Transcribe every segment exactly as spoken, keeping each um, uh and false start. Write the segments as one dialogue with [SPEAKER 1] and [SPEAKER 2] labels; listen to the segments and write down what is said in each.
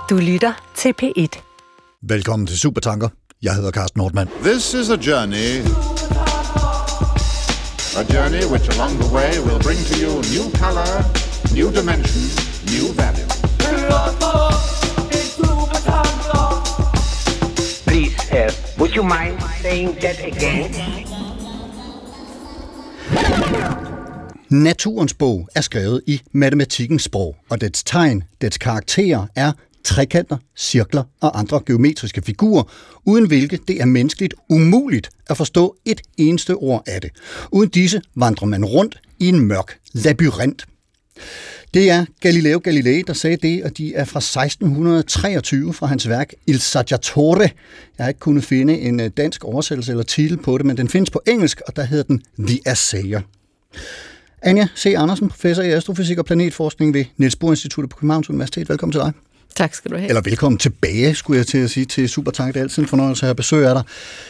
[SPEAKER 1] Du lytter til P et.
[SPEAKER 2] Velkommen til Supertanker. Jeg hedder Carsten Nordmann.
[SPEAKER 3] This is a journey. A journey which along the way will bring to you new color, new dimension, new value.
[SPEAKER 4] Please, uh, would you mind saying that again?
[SPEAKER 2] Naturens bog er skrevet i matematikkens sprog, og dets tegn, dets karakterer er trekanter, cirkler og andre geometriske figurer, uden hvilke det er menneskeligt umuligt at forstå et eneste ord af det. Uden disse vandrer man rundt i en mørk labyrint. Det er Galileo Galilei, der sagde det, og de er fra seksten treogtyve fra hans værk Il Saggiatore. Jeg har ikke kunnet finde en dansk oversættelse eller titel på det, men den findes på engelsk, og der hedder den The Assayer. Anja C. Andersen, professor i astrofysik og planetforskning ved Niels Bohr Instituttet på Københavns Universitet. Velkommen til dig.
[SPEAKER 5] Tak skal du have.
[SPEAKER 2] Eller velkommen tilbage, skulle jeg til at sige, til Supertanker. Det er altid en fornøjelse at have besøg af dig.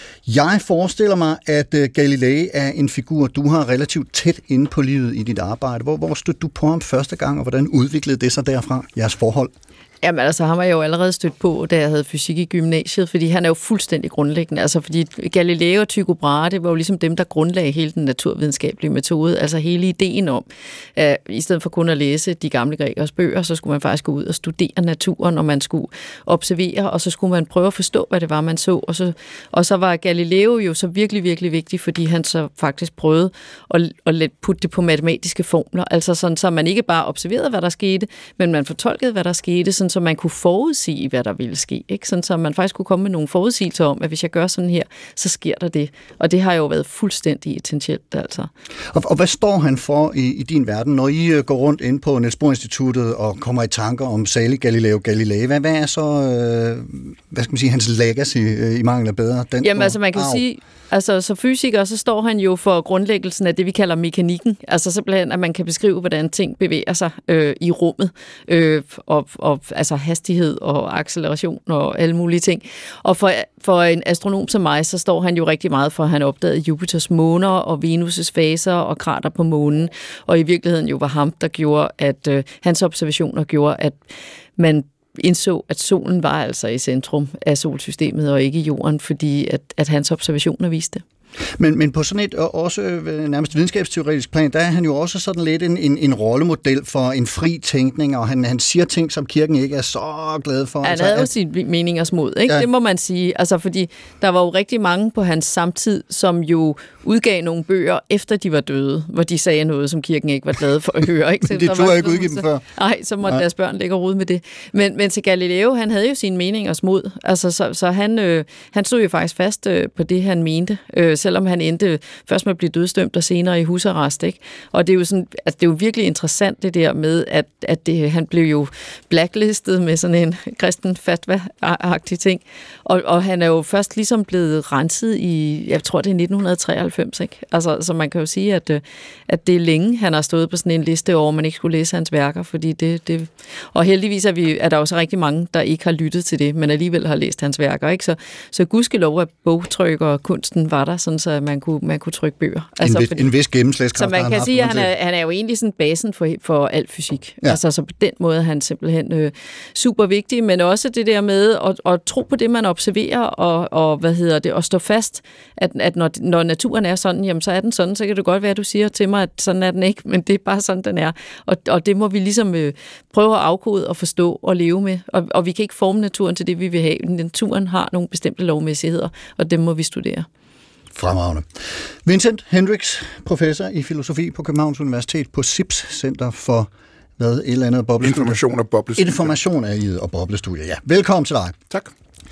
[SPEAKER 2] Jeg forestiller mig, at Galilei er en figur, du har relativt tæt inde på livet i dit arbejde. Hvor, hvor stødte du på ham første gang, og hvordan udviklede det sig derfra, jeres forhold?
[SPEAKER 5] Jamen altså, ham har jeg jo allerede stødt på, da jeg havde fysik i gymnasiet, fordi han er jo fuldstændig grundlæggende. Altså, fordi Galileo og Tycho Brahe, det var jo ligesom dem, der grundlagde hele den naturvidenskabelige metode. Altså hele ideen om, at i stedet for kun at læse de gamle grækers bøger, så skulle man faktisk gå ud og studere naturen, og man skulle observere, og så skulle man prøve at forstå, hvad det var, man så. Og så, og så var Galileo jo så virkelig, virkelig vigtig, fordi han så faktisk prøvede at, at putte det på matematiske formler. Altså sådan, så man ikke bare observerede, hvad der skete, men man fortolkede, hvad der skete, sådan så man kunne forudsige, hvad der ville ske. Ikke? Sådan, så man faktisk kunne komme med nogle forudsigelser om, at hvis jeg gør sådan her, så sker der det. Og det har jo været fuldstændig essentielt, altså.
[SPEAKER 2] Og, og hvad står han for i, i din verden, når I går rundt ind på Niels Bohr Instituttet og kommer i tanker om salig Galileo Galilei? Hvad, hvad er så, øh, hvad skal man sige, hans legacy øh, i mangel af bedre? Den
[SPEAKER 5] Jamen altså, man kan jo sige, altså som fysiker, så står han jo for grundlæggelsen af det, vi kalder mekanikken. Altså simpelthen, at man kan beskrive, hvordan ting bevæger sig øh, i rummet, øh, og, og altså hastighed og acceleration og alle mulige ting. Og for, for en astronom som mig, så står han jo rigtig meget for, at han opdagede Jupiters måner og Venus' faser og krater på månen. Og i virkeligheden jo var ham, der gjorde, at øh, hans observationer gjorde, at man indså, at solen var altså i centrum af solsystemet og ikke jorden, fordi at, at hans observationer viste det.
[SPEAKER 2] Men, men på sådan et også nærmest videnskabsteoretisk plan, der er han jo også sådan lidt en, en, en rollemodel for en fri tænkning, og han, han siger ting, som kirken ikke er så glad for.
[SPEAKER 5] Han
[SPEAKER 2] altså,
[SPEAKER 5] havde jo
[SPEAKER 2] at...
[SPEAKER 5] sin meningers mod, ikke?
[SPEAKER 2] Ja.
[SPEAKER 5] Det må man sige. Altså, fordi der var jo rigtig mange på hans samtid, som jo udgav nogle bøger, efter de var døde, hvor de sagde noget, som kirken ikke var glad for at høre. Ikke? Så
[SPEAKER 2] det turde jeg ikke udgive dem før.
[SPEAKER 5] Nej, så måtte Nej. deres børn ligge og rode med det. Men, men til Galileo, han havde jo sine meningers mod. Altså, så, så han, øh, han stod jo faktisk fast øh, på det, han mente, øh, selvom han endte først med at blive dødsdømt og senere i husarrest, ikke? Og det er jo sådan, altså det er jo virkelig interessant det der med, at, at det, han blev jo blacklistet med sådan en kristen fatwa-agtig ting. Og, og han er jo først ligesom blevet renset i, jeg tror det er nitten treoghalvfems, ikke? Altså, så man kan jo sige, at, at det er længe, han har stået på sådan en liste over, man ikke skulle læse hans værker, fordi det, det og heldigvis er, vi, er der også rigtig mange, der ikke har lyttet til det, men alligevel har læst hans værker, ikke? Så, så gudskelov, at bogtryk og kunsten var der, sådan så man kunne, man kunne trykke bøger.
[SPEAKER 2] Altså, en, vis, fordi, en vis gennemslagskraft.
[SPEAKER 5] Så man kan sige, at han er, han er jo egentlig sådan basen for, for al fysik. Ja. Altså, så på den måde er han simpelthen øh, super vigtig, men også det der med at, at tro på det, man observerer, og, og hvad hedder det, og stå fast, at, at når, når naturen er sådan, jamen så er den sådan, så kan det godt være, at du siger til mig, at sådan er den ikke, men det er bare sådan, den er. Og, og det må vi ligesom øh, prøve at afkode og forstå og leve med. Og, og vi kan ikke forme naturen til det, vi vil have. Naturen har nogle bestemte lovmæssigheder, og dem må vi studere.
[SPEAKER 2] Fremragende. Vincent Hendricks, professor i filosofi på Københavns Universitet på S I P S, Center for hvad, et eller andet boblestudier.
[SPEAKER 6] Information og boblestudier.
[SPEAKER 2] Information er i og boblestudier, ja. Velkommen til dig.
[SPEAKER 6] Tak.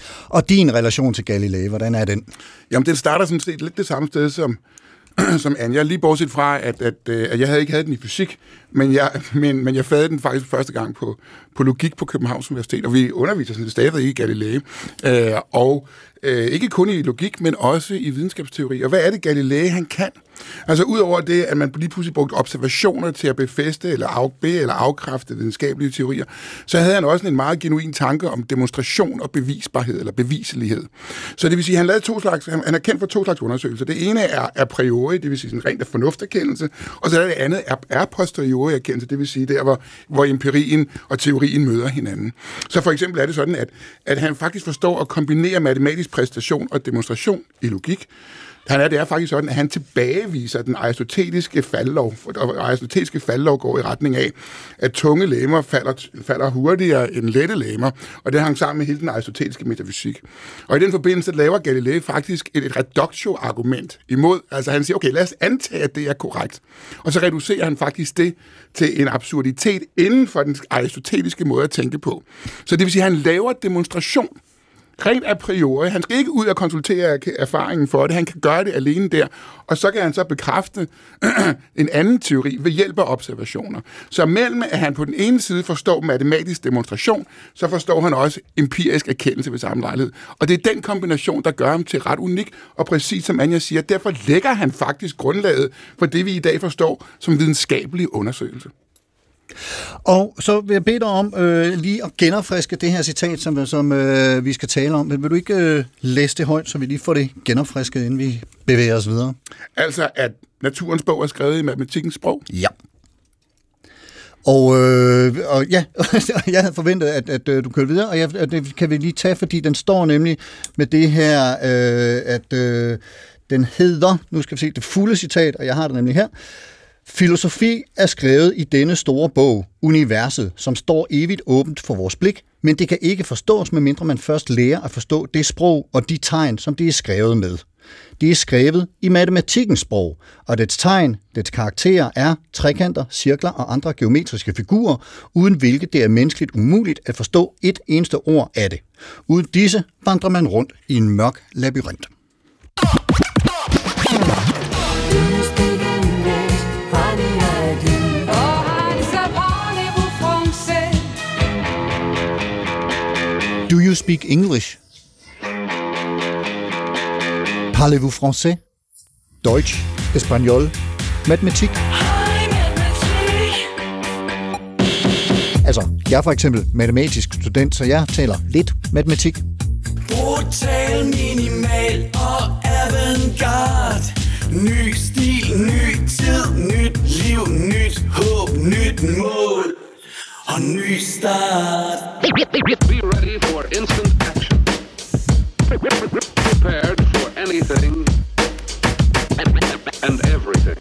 [SPEAKER 2] Og din relation til Galilei, hvordan er den?
[SPEAKER 6] Jamen, den starter sådan set lidt det samme sted som, som Anja. Lige bortset fra, at, at, at jeg havde ikke havde den i fysik, men jeg, men, men jeg fadede den faktisk første gang på, på logik på Københavns Universitet, og vi underviser sådan stadig i Galilei. Øh, og øh, ikke kun i logik, men også i videnskabsteori. Og hvad er det, Galilei han kan? Altså udover det, at man lige pludselig brugte observationer til at befæste eller, af, eller afkræfte videnskabelige teorier, så havde han også en meget genuin tanke om demonstration og bevisbarhed eller beviselighed. Så det vil sige, at han lavede to slags, han, han er kendt for to slags undersøgelser. Det ene er a priori, det vil sige sådan rent af fornufterkendelse, og så er det andet er a posteriori erkendelse, det vil sige der, hvor, hvor empirien og teorien møder hinanden. Så for eksempel er det sådan, at, at han faktisk forstår at kombinere matematisk præstation og demonstration i logik. Han er, det er faktisk sådan, at han tilbageviser den aristoteliske faldlov, og aristoteliske faldlov går i retning af, at tunge legemer falder, falder hurtigere end lette legemer, og det hang sammen med hele den aristoteliske metafysik. Og i den forbindelse laver Galilei faktisk et, et reductio-argument imod, altså han siger, okay, lad os antage, at det er korrekt. Og så reducerer han faktisk det til en absurditet inden for den aristoteliske måde at tænke på. Så det vil sige, at han laver demonstration rent a priori. Han skal ikke ud og konsultere erfaringen for det. Han kan gøre det alene der. Og så kan han så bekræfte en anden teori ved hjælp af observationer. Så mellem at han på den ene side forstår matematisk demonstration, så forstår han også empirisk erkendelse ved samme lejlighed. Og det er den kombination, der gør ham til ret unik. Og præcis som Anja siger, derfor lægger han faktisk grundlaget for det, vi i dag forstår som videnskabelig undersøgelse.
[SPEAKER 2] Og så vil jeg bede dig om øh, lige at genopfriske det her citat, som, som øh, vi skal tale om. Men vil du ikke øh, læse det højt, så vi lige får det genopfrisket, inden vi bevæger os videre?
[SPEAKER 6] Altså, at naturens bog er skrevet i matematikkens sprog?
[SPEAKER 2] Ja. Og, øh, og ja, jeg havde forventet, at, at, at du kørte videre, og jeg, at det kan vi lige tage, fordi den står nemlig med det her, øh, at øh, den hedder, nu skal vi se det fulde citat, og jeg har det nemlig her: filosofi er skrevet i denne store bog, universet, som står evigt åbent for vores blik, men det kan ikke forstås, medmindre man først lærer at forstå det sprog og de tegn, som det er skrevet med. Det er skrevet i matematikkens sprog, og dets tegn, dets karakterer er trekanter, cirkler og andre geometriske figurer, uden hvilket det er menneskeligt umuligt at forstå et eneste ord af det. Uden disse vandrer man rundt i en mørk labyrint. Do you speak English? Parlez-vous français? Deutsch? Espanol? Matematik? Altså, jeg er for eksempel matematisk student, så jeg taler lidt matematik.
[SPEAKER 1] Brutal, minimal og avantgarde. Ny stil, ny tid, nyt liv, nyt håb, nyt mål og ny start.
[SPEAKER 7] Be ready for instant action. Prepared for anything and everything.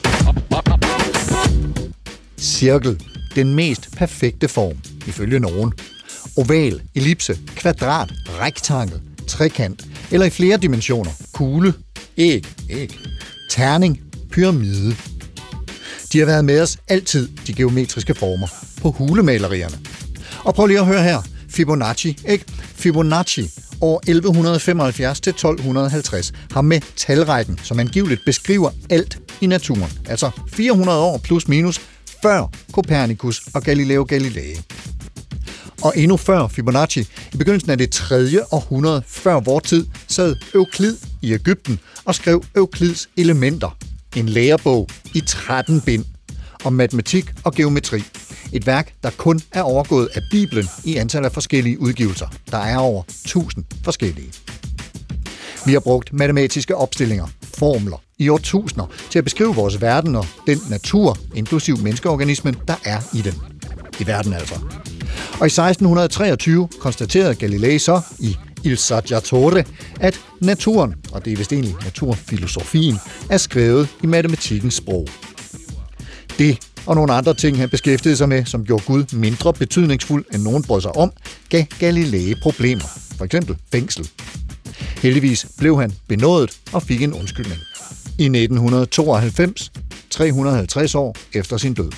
[SPEAKER 2] Cirkel. Den mest perfekte form, ifølge nogen. Oval, ellipse, kvadrat, rektangel, trekant, eller i flere dimensioner. Kugle, æg, æg, terning, pyramide. De har været med os altid, de geometriske former, på hulemalerierne. Og prøv lige at høre her. Fibonacci, ikke? Fibonacci, år elleve femoghalvfjerds til tolv halvtreds, har med talrækken, som angiveligt beskriver alt i naturen, altså fire hundrede år plus minus, før Copernicus og Galileo Galilei. Og endnu før Fibonacci, i begyndelsen af det tredje århundrede før vor tid, sad Euklid i Egypten og skrev Euklids Elementer, en lærebog i tretten bind om matematik og geometri. Et værk, der kun er overgået af Bibelen i antal af forskellige udgivelser. Der er over tusind forskellige. Vi har brugt matematiske opstillinger, formler, i årtusinder til at beskrive vores verden og den natur, inklusiv menneskeorganismen, der er i den. I verden altså. Og i seksten treogtyve konstaterede Galilei så i Il Saggiatore, at naturen, og det er vist egentlig naturfilosofien, er skrevet i matematikkens sprog. Det og nogle andre ting, han beskæftigede sig med, som gjorde Gud mindre betydningsfuld end nogen brød sig om, gav Galilei problemer. For eksempel fængsel. Heldigvis blev han benådet og fik en undskyldning. I nitten tooghalvfems, tre hundrede og halvtreds år efter sin død.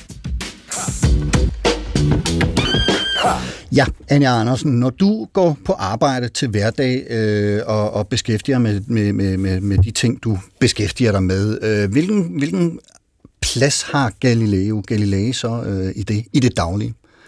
[SPEAKER 2] Ja, Anja Andersen, når du går på arbejde til hverdag øh, og, og beskæftiger med, med, med, med de ting, du beskæftiger dig med, øh, hvilken, hvilken plads har Galileo Galilei så øh, i, det, i det daglige?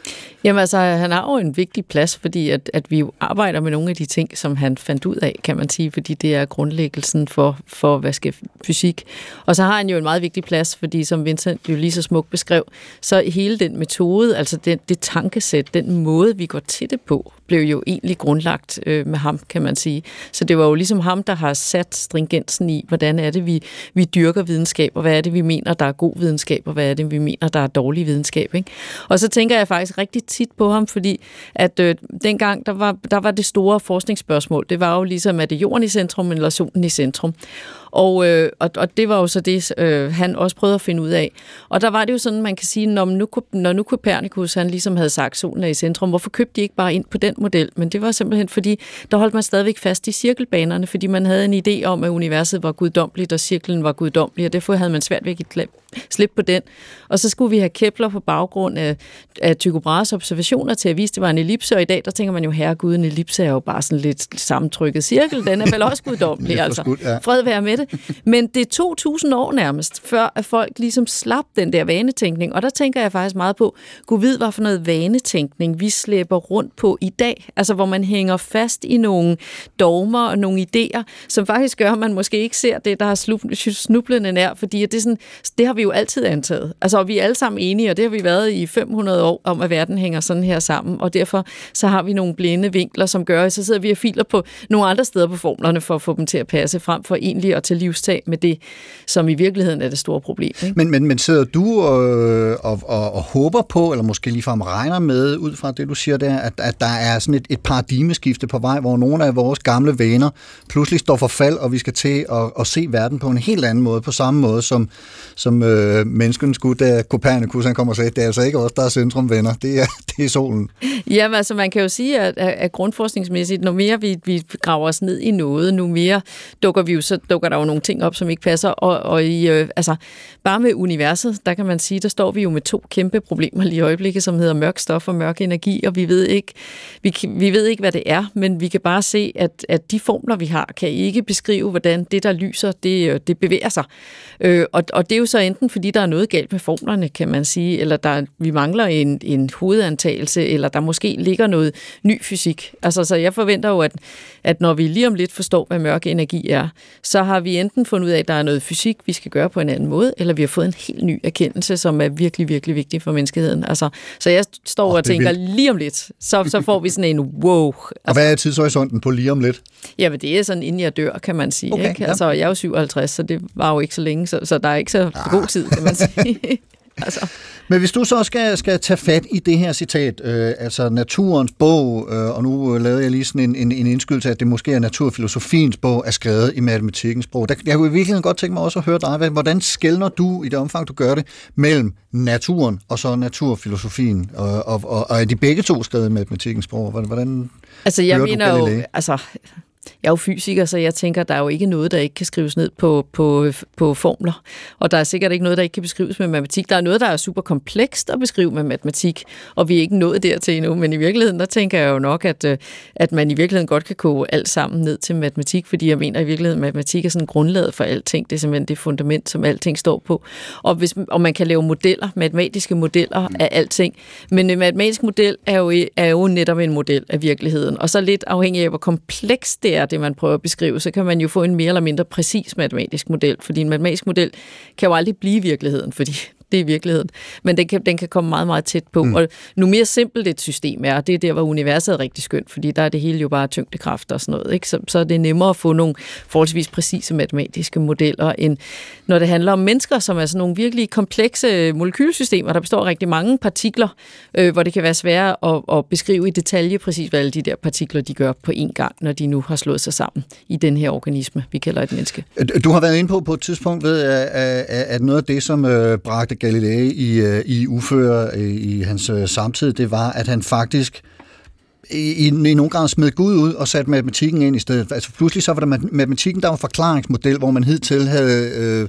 [SPEAKER 5] Jamen altså, han har jo en vigtig plads, fordi at, at vi jo arbejder med nogle af de ting, som han fandt ud af, kan man sige, fordi det er grundlæggelsen for, for hvad skal fysik. Og så har han jo en meget vigtig plads, fordi som Vincent jo lige så smukt beskrev, så hele den metode, altså det, det tankesæt, den måde, vi går til det på, blev jo egentlig grundlagt øh, med ham, kan man sige. Så det var jo ligesom ham, der har sat stringensen i, hvordan er det, vi, vi dyrker videnskab, og hvad er det, vi mener, der er god videnskab, og hvad er det, vi mener, der er dårlig videnskab. Ikke? Og så tænker jeg faktisk rigtig tit på ham, fordi at øh, dengang, der var, der var det store forskningsspørgsmål, det var jo ligesom, er det jorden i centrum, eller solen i centrum? Og, øh, og, og det var jo så det, øh, han også prøvede at finde ud af. Og der var det jo sådan, man kan sige, når nu, når nu Copernicus, han ligesom havde sagt, solen er i centrum, hvorfor købte de ikke bare ind på den model? Men det var simpelthen, fordi der holdt man stadigvæk fast i cirkelbanerne, fordi man havde en idé om, at universet var guddommeligt, og cirklen var guddommelig, og derfor havde man svært ved at give slip på den. Og så skulle vi have Kepler på baggrund af, af Tycho Brahes observationer til at vise, at det var en ellipse, og i dag, der tænker man jo, herregud, en ellipse er jo bare sådan lidt sammentrykket cirkel, den er vel også guddommelig, altså. Fred være med det. Men det er to tusind år nærmest, før at folk ligesom slap den der vanetænkning, og der tænker jeg faktisk meget på, gud ved, hvad for noget vanetænkning vi slæber rundt på i dag, altså hvor man hænger fast i nogle dogmer og nogle idéer, som faktisk gør, at man måske ikke ser det, der er snublende nær, fordi det, er sådan, det har vi jo altid antaget. Altså, og vi er alle sammen enige, og det har vi været i fem hundrede år, om at verden hænger sådan her sammen, og derfor så har vi nogle blinde vinkler, som gør, så sidder vi og filer på nogle andre steder på formlerne, for at få dem til at passe frem for egentlig at tage livstag med det, som i virkeligheden er det store problem. Ikke?
[SPEAKER 2] Men, men, men sidder du og, og, og, og håber på, eller måske ligefrem regner med, ud fra det, du siger der, at, at der er sådan et, et paradigmeskifte på vej, hvor nogle af vores gamle vaner pludselig står for fald, og vi skal til at, at se verden på en helt anden måde, på samme måde som, som øh, mennesken skulle, da Copernicus han kommer og sagde, det er altså ikke os, der er centrumvenner, det er, det er solen.
[SPEAKER 5] Jamen altså, man kan jo sige, at, at grundforskningsmæssigt, når mere vi, vi graver os ned i noget, nu mere dukker vi jo, så dukker der jo nogle ting op, som ikke passer, og, og i, øh, altså, bare med universet, der kan man sige, der står vi jo med to kæmpe problemer lige i øjeblikket, som hedder mørk stof og mørk energi, og vi ved ikke, vi, vi ved ikke, hvad det er, men vi kan bare se, at, at de formler, vi har, kan ikke beskrive, hvordan det, der lyser, det, det bevæger sig. Øh, og, og det er jo så enten, fordi der er noget galt med formlerne, kan man sige, eller der, vi mangler en, en hovedantagelse, eller der måske ligger noget ny fysik. Altså, så jeg forventer jo, at, at når vi lige om lidt forstår, hvad mørk energi er, så har vi enten fundet ud af, at der er noget fysik, vi skal gøre på en anden måde, eller vi har fået en helt ny erkendelse, som er virkelig, virkelig vigtig for menneskeheden. Altså, så jeg står oh, og tænker, vildt. Lige om lidt, så, så får vi sådan en wow. Altså,
[SPEAKER 2] og hvad er tidshorisonten på lige om lidt?
[SPEAKER 5] Jamen, det er sådan, inden jeg dør, kan man sige.
[SPEAKER 2] Okay,
[SPEAKER 5] ikke?
[SPEAKER 2] ja.
[SPEAKER 5] Altså, jeg er jo syvoghalvtreds, så det var jo ikke så længe, så, så der er ikke så ah. god tid, kan man sige. Altså.
[SPEAKER 2] Men hvis du så skal, skal tage fat i det her citat, øh, altså naturens bog, øh, og nu lavede jeg lige sådan en, en, en indskydelse, at det måske er naturfilosofiens bog, er skrevet i matematikkens sprog. Der, jeg kunne i virkeligheden godt tænke mig også at høre dig, hvordan skelner du i det omfang, du gør det, mellem naturen og så naturfilosofien, og, og, og, og er de begge to skrevet i matematikkens sprog? Hvordan
[SPEAKER 5] altså, jeg mener jo, altså... Jeg er jo fysiker, så jeg tænker, der er jo ikke noget, der ikke kan skrives ned på, på, på formler. Og der er sikkert ikke noget, der ikke kan beskrives med matematik. Der er noget, der er super komplekst at beskrive med matematik, og vi er ikke nået dertil endnu. Men i virkeligheden, der tænker jeg jo nok, at, at man i virkeligheden godt kan koge alt sammen ned til matematik, fordi jeg mener i virkeligheden, at matematik er sådan grundlaget for alting. Det er simpelthen det fundament, som alting står på. Og, hvis, og man kan lave modeller, matematiske modeller af alting. Men en matematisk model er jo, er jo netop en model af virkeligheden. Og så lidt afhængig af, hvor komplekst det er, det man prøver at beskrive, så kan man jo få en mere eller mindre præcis matematisk model, fordi en matematisk model kan jo aldrig blive virkeligheden, fordi det er virkeligheden, men den kan, den kan komme meget, meget tæt på. Mm. Og nu mere simpelt et system er, det er der, hvor universet er rigtig skønt, fordi der er det hele jo bare tyngdekraft og sådan noget, ikke? Så, så er det nemmere at få nogle forholdsvis præcise matematiske modeller, end når det handler om mennesker, som er sådan nogle virkelig komplekse molekylsystemer, der består af rigtig mange partikler, øh, hvor det kan være svært at, at beskrive i detalje præcis, hvad alle de der partikler, de gør på én gang, når de nu har slået sig sammen i den her organisme, vi kalder et menneske.
[SPEAKER 2] Du har været inde på på et tidspunkt ved, at, at noget af det, som øh, bragte Galilei i, i uføre i hans samtid, det var, at han faktisk i, i nogle grad smed Gud ud og satte matematikken ind i stedet. Altså pludselig så var der matematikken, der var en forklaringsmodel, hvor man hidtil havde øh,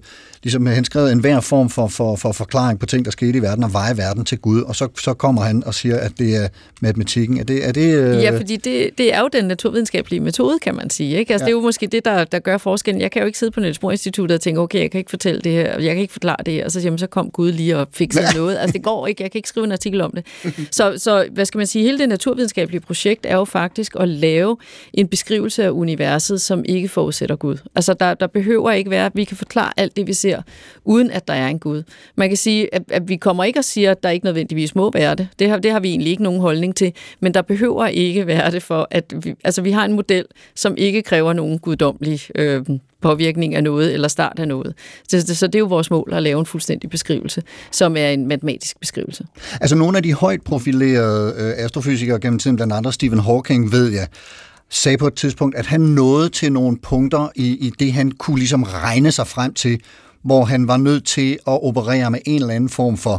[SPEAKER 2] ligesom henskrevet enhver form for, for, for forklaring på ting, der skete i verden, og veje verden til Gud, og så, så kommer han og siger, at det er matematikken. Er det, er det, øh...
[SPEAKER 5] Ja, fordi det, det er jo den naturvidenskabelige metode, kan man sige. Ikke? Altså, ja. Det er jo måske det, der, der gør forskellen. Jeg kan jo ikke sidde på Niels Bohr Instituttet og tænke, okay, jeg kan ikke fortælle det her, jeg kan ikke forklare det her, og så, jamen, så kom Gud lige og fik sådan noget. Altså, det går ikke, jeg kan ikke skrive en artikel om det. Så, så hvad skal man sige, hele det naturvidenskabelige projekt er jo faktisk at lave en beskrivelse af universet, som ikke forudsætter Gud. Altså, der, der behøver ikke være, at vi kan forklare alt det, vi ser, uden at der er en Gud. Man kan sige, at, at vi kommer ikke og siger, at der ikke nødvendigvis må være det. Det har, det har vi egentlig ikke nogen holdning til, men der behøver ikke være det for, at vi, altså, vi har en model, som ikke kræver nogen guddommelig øh, påvirkning af noget, eller start af noget. Så, så, så det er jo vores mål at lave en fuldstændig beskrivelse, som er en matematisk beskrivelse.
[SPEAKER 2] Altså nogle af de højt profilerede øh, astrofysikere gennem tiden, blandt andre Stephen Hawking, ved jeg, sagde på et tidspunkt, at han nåede til nogle punkter i, i det, han kunne ligesom regne sig frem til, hvor han var nødt til at operere med en eller anden form for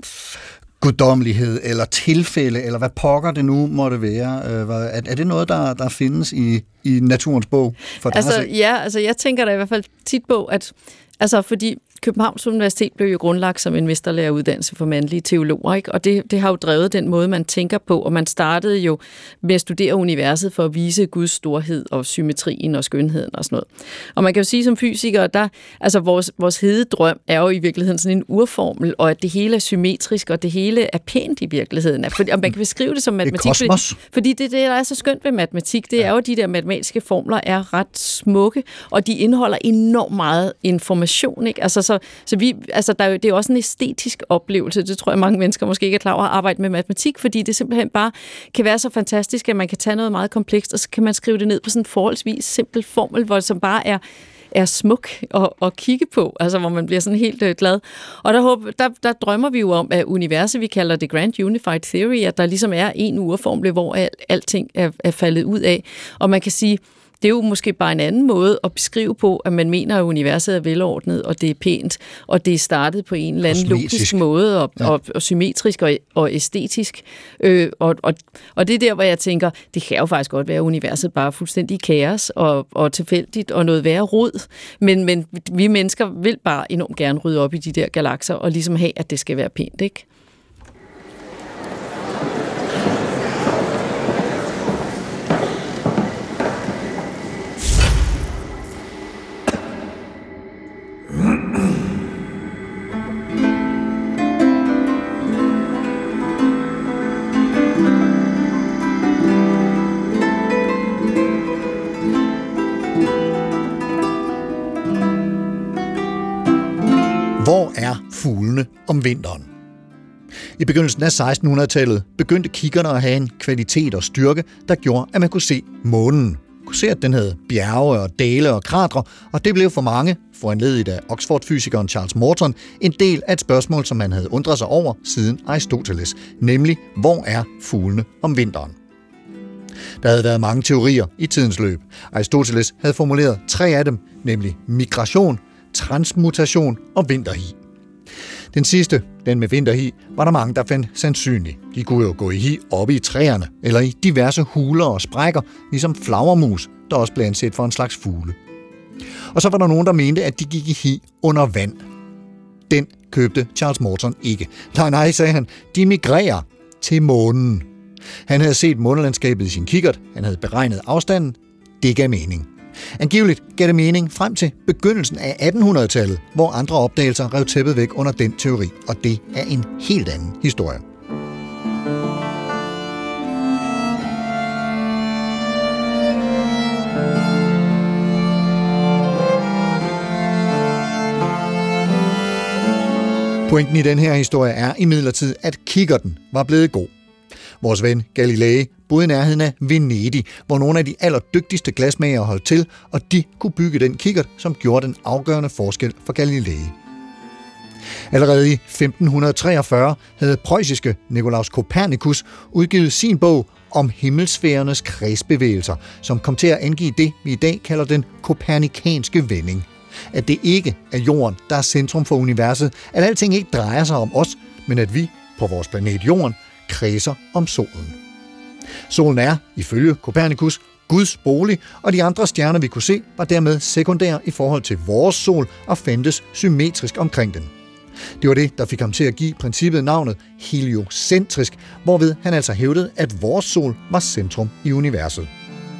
[SPEAKER 2] guddommelighed eller tilfælde, eller hvad pokker det nu måtte være. Er, er det noget, der, der findes i, i naturens bog? For
[SPEAKER 5] altså, ja, altså jeg tænker da i hvert fald tit på, at altså fordi Københavns Universitet blev jo grundlagt som en mesterlæreruddannelse for mandlige teologer, ikke? Og det, det har jo drevet den måde, man tænker på, og man startede jo med at studere universet for at vise Guds storhed og symmetrien og skønheden og sådan noget. Og man kan jo sige som fysiker, der, altså vores, vores hede drøm er jo i virkeligheden sådan en urformel, og at det hele er symmetrisk, og det hele er pænt i virkeligheden. Og man kan beskrive det som matematik,
[SPEAKER 2] det
[SPEAKER 5] fordi, fordi det, det, der er så skønt ved matematik, det er jo, de der matematiske formler er ret smukke, og de indeholder enormt meget information, ikke? Altså Så, så vi, altså der er jo, det er jo også en æstetisk oplevelse, det tror jeg mange mennesker måske ikke er klar over at arbejde med matematik, fordi det simpelthen bare kan være så fantastisk, at man kan tage noget meget komplekst, og så kan man skrive det ned på sådan en forholdsvis simpel formel, hvor det som bare er er smuk at, at kigge på, altså hvor man bliver sådan helt øh, glad. Og der, håber, der, der drømmer vi jo om, at universet, vi kalder det Grand Unified Theory, at der ligesom er en urformel, hvor al, alting er, er faldet ud af. Og man kan sige, det er jo måske bare en anden måde at beskrive på, at man mener, at universet er velordnet, og det er pænt, og det er startet på en eller anden logisk måde, og, ja. og, og symmetrisk og, og æstetisk. Øh, og, og, og det er der, hvor jeg tænker, det kan jo faktisk godt være, at universet bare er fuldstændig kaos og, og tilfældigt og noget værre rod. Men, men vi mennesker vil bare enormt gerne rydde op i de der galakser, og ligesom have, at det skal være pænt, ikke?
[SPEAKER 2] Hvor er fuglene om vinteren? I begyndelsen af sekstenhundredetallet begyndte kiggerne at have en kvalitet og styrke, der gjorde, at man kunne se månen. Man kunne se, at den havde bjerge og dale og kratre, og det blev for mange, foranlediget af Oxford-fysikeren Charles Morton, en del af et spørgsmål, som man havde undret sig over siden Aristoteles, nemlig, hvor er fuglene om vinteren? Der havde været mange teorier i tidens løb. Aristoteles havde formuleret tre af dem, nemlig migration, transmutation og vinterhi. Den sidste, den med vinterhi, var der mange, der fandt sandsynlig. De kunne jo gå i hi oppe i træerne, eller i diverse huler og sprækker, ligesom flagermus, der også blev anset for en slags fugle. Og så var der nogen, der mente, at de gik i hi under vand. Den købte Charles Morton ikke. Nej, nej, sagde han, de migrerer til månen. Han havde set månelandskabet i sin kikkert, han havde beregnet afstanden, det gav mening. Angiveligt gav det mening frem til begyndelsen af attenhundredetallet, hvor andre opdagelser rev tæppet væk under den teori, og det er en helt anden historie. Pointen i den her historie er imidlertid, at kikkerten var blevet god. Vores ven Galilei boede i nærheden af Venedig, hvor nogle af de allerdygtigste glasmagere holdt til, og de kunne bygge den kikkert, som gjorde den afgørende forskel for Galilei. Allerede i femten treogfyrre havde preussiske Nicolaus Kopernikus udgivet sin bog om himmelsfærernes kredsbevægelser, som kom til at angive det, vi i dag kalder den kopernikanske vending. At det ikke er jorden, der er centrum for universet, at alting ikke drejer sig om os, men at vi på vores planet Jorden kredser om solen. Solen er, ifølge Kopernikus, Guds bolig, og de andre stjerner, vi kunne se, var dermed sekundære i forhold til vores sol og fandtes symmetrisk omkring den. Det var det, der fik ham til at give princippet navnet heliocentrisk, hvorved han altså hævdede, at vores sol var centrum i universet.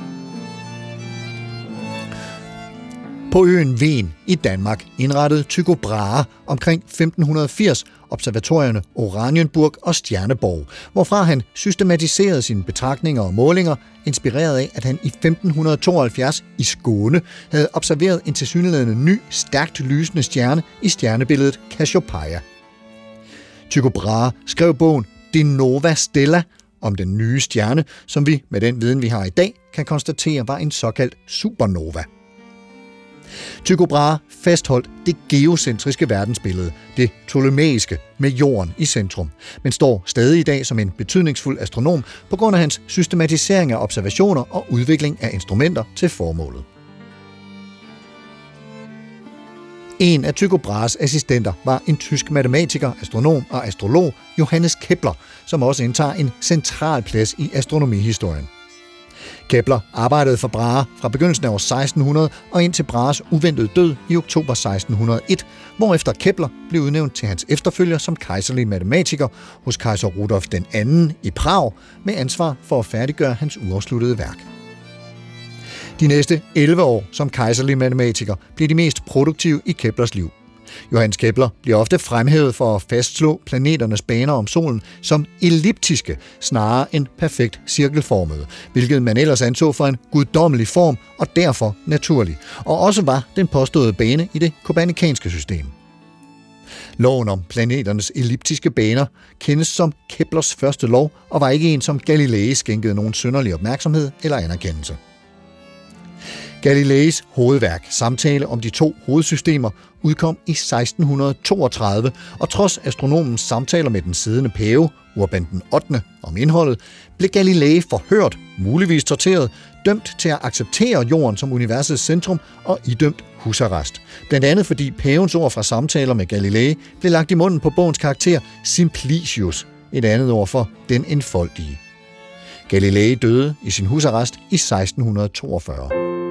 [SPEAKER 2] På øen Hven i Danmark indrettede Tycho Brahe omkring femten firs observatorierne Oranienburg og Stjerneborg, hvorfra han systematiserede sine betragtninger og målinger, inspireret af, at han i femten tooghalvfjerds i Skåne havde observeret en tilsyneladende ny, stærkt lysende stjerne i stjernebilledet Cassiopeia. Tycho Brahe skrev bogen De Nova Stella om den nye stjerne, som vi med den viden, vi har i dag, kan konstatere var en såkaldt supernova. Tycho Brahe fastholdt det geocentriske verdensbillede, det ptolemæiske, med jorden i centrum, men står stadig i dag som en betydningsfuld astronom på grund af hans systematisering af observationer og udvikling af instrumenter til formålet. En af Tycho Brahes assistenter var en tysk matematiker, astronom og astrolog, Johannes Kepler, som også indtager en central plads i astronomihistorien. Kepler arbejdede for Brahe fra begyndelsen af år seksten hundrede og indtil Brahes uventede død i oktober seksten hundrede og en, hvorefter Kepler blev udnævnt til hans efterfølger som kejserlig matematiker hos kejser Rudolf den anden i Prag med ansvar for at færdiggøre hans uafsluttede værk. De næste elleve år som kejserlig matematiker blev de mest produktive i Keplers liv. Johannes Kepler bliver ofte fremhævet for at fastslå planeternes baner om solen som elliptiske, snarere end perfekt cirkelformede, hvilket man ellers anså for en guddommelig form og derfor naturlig, og også var den påståede bane i det kopernikanske system. Loven om planeternes elliptiske baner kendes som Keplers første lov og var ikke en, som Galilei skænkede nogen synderlig opmærksomhed eller anerkendelse. Galileis hovedværk, Samtale om de to hovedsystemer, udkom i seksten toogtredive, og trods astronomens samtaler med den siddende pave, Urban den ottende, om indholdet, blev Galilei forhørt, muligvis torteret, dømt til at acceptere jorden som universets centrum og idømt husarrest. Blandt andet fordi pavens ord fra samtaler med Galilei blev lagt i munden på bogens karakter Simplicius, et andet ord for den enfoldige. Galilei døde i sin husarrest i seksten toogfyrre.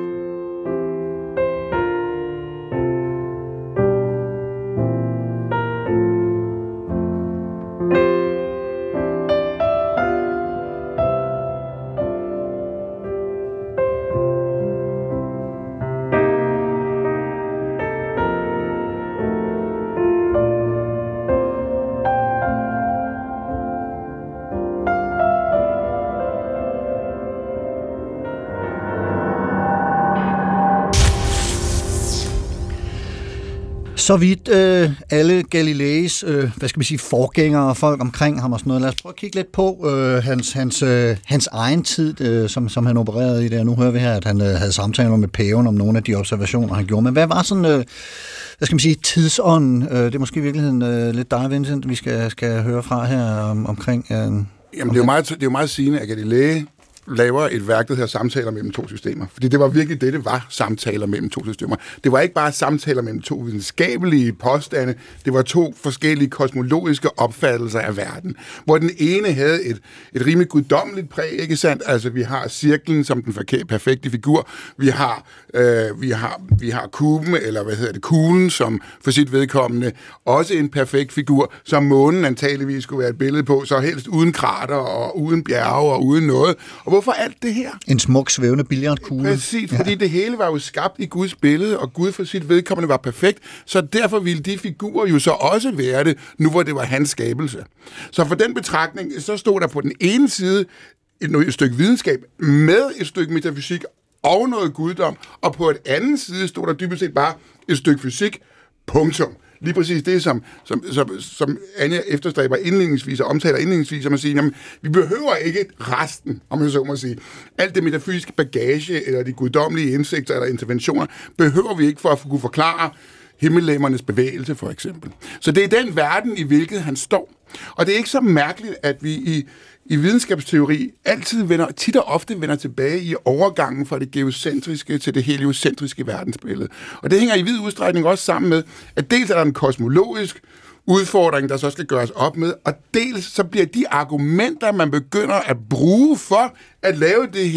[SPEAKER 2] Så vidt øh, alle Galileis, øh, hvad skal man sige, forgængere og folk omkring ham og sådan noget. Lad os prøve at kigge lidt på øh, hans, hans, øh, hans egen tid, øh, som, som han opererede i det. Nu hører vi her, at han øh, havde samtaler med paven om nogle af de observationer, han gjorde. Men hvad var sådan, øh, hvad skal man sige, tidsånden? Øh, det er måske i virkeligheden øh, lidt dig, Vincent, vi skal, skal høre fra her om, omkring. Øh,
[SPEAKER 6] Jamen, det er jo meget, det er jo meget sigende, at Galilei laver et værk, der hedder Samtaler mellem to systemer. Fordi det var virkelig det, det var, samtaler mellem to systemer. Det var ikke bare samtaler mellem to videnskabelige påstande, det var to forskellige kosmologiske opfattelser af verden, hvor den ene havde et, et rimelig guddommeligt præg, ikke sandt? Altså, vi har cirklen som den perfekte figur, vi har, øh, vi har, vi har kuben, eller hvad hedder det, kuglen, som for sit vedkommende også en perfekt figur, som månen antageligvis skulle være et billede på, så helst uden krater og uden bjerge og uden noget. Og hvorfor alt det her?
[SPEAKER 2] En smuk svævende billiardkugle.
[SPEAKER 6] Præcis, fordi ja. Det hele var jo skabt i Guds billede, og Gud for sit vedkommende var perfekt, så derfor ville de figurer jo så også være det, nu hvor det var hans skabelse. Så for den betragtning, så stod der på den ene side et, et stykke videnskab med et stykke metafysik og noget guddom, og på et andet side stod der dybest set bare et stykke fysik, punktum. Lige præcis det, som, som, som, som Anja efterstræber indledningsvis og omtaler indledningsvis, som at sige, jamen, vi behøver ikke resten, om jeg så må sige. Alt det metafysiske bagage, eller de guddommelige indsigter eller interventioner, behøver vi ikke for at kunne forklare himmellemmernes bevægelse, for eksempel. Så det er den verden, i hvilket han står. Og det er ikke så mærkeligt, at vi i i videnskabsteori altid vender, tit og ofte vender tilbage i overgangen fra det geocentriske til det heliocentriske verdensbillede. Og det hænger i vid udstrækning også sammen med, at dels er der en kosmologisk udfordring, der så skal gøres op med, og dels så bliver de argumenter, man begynder at bruge for at lave det her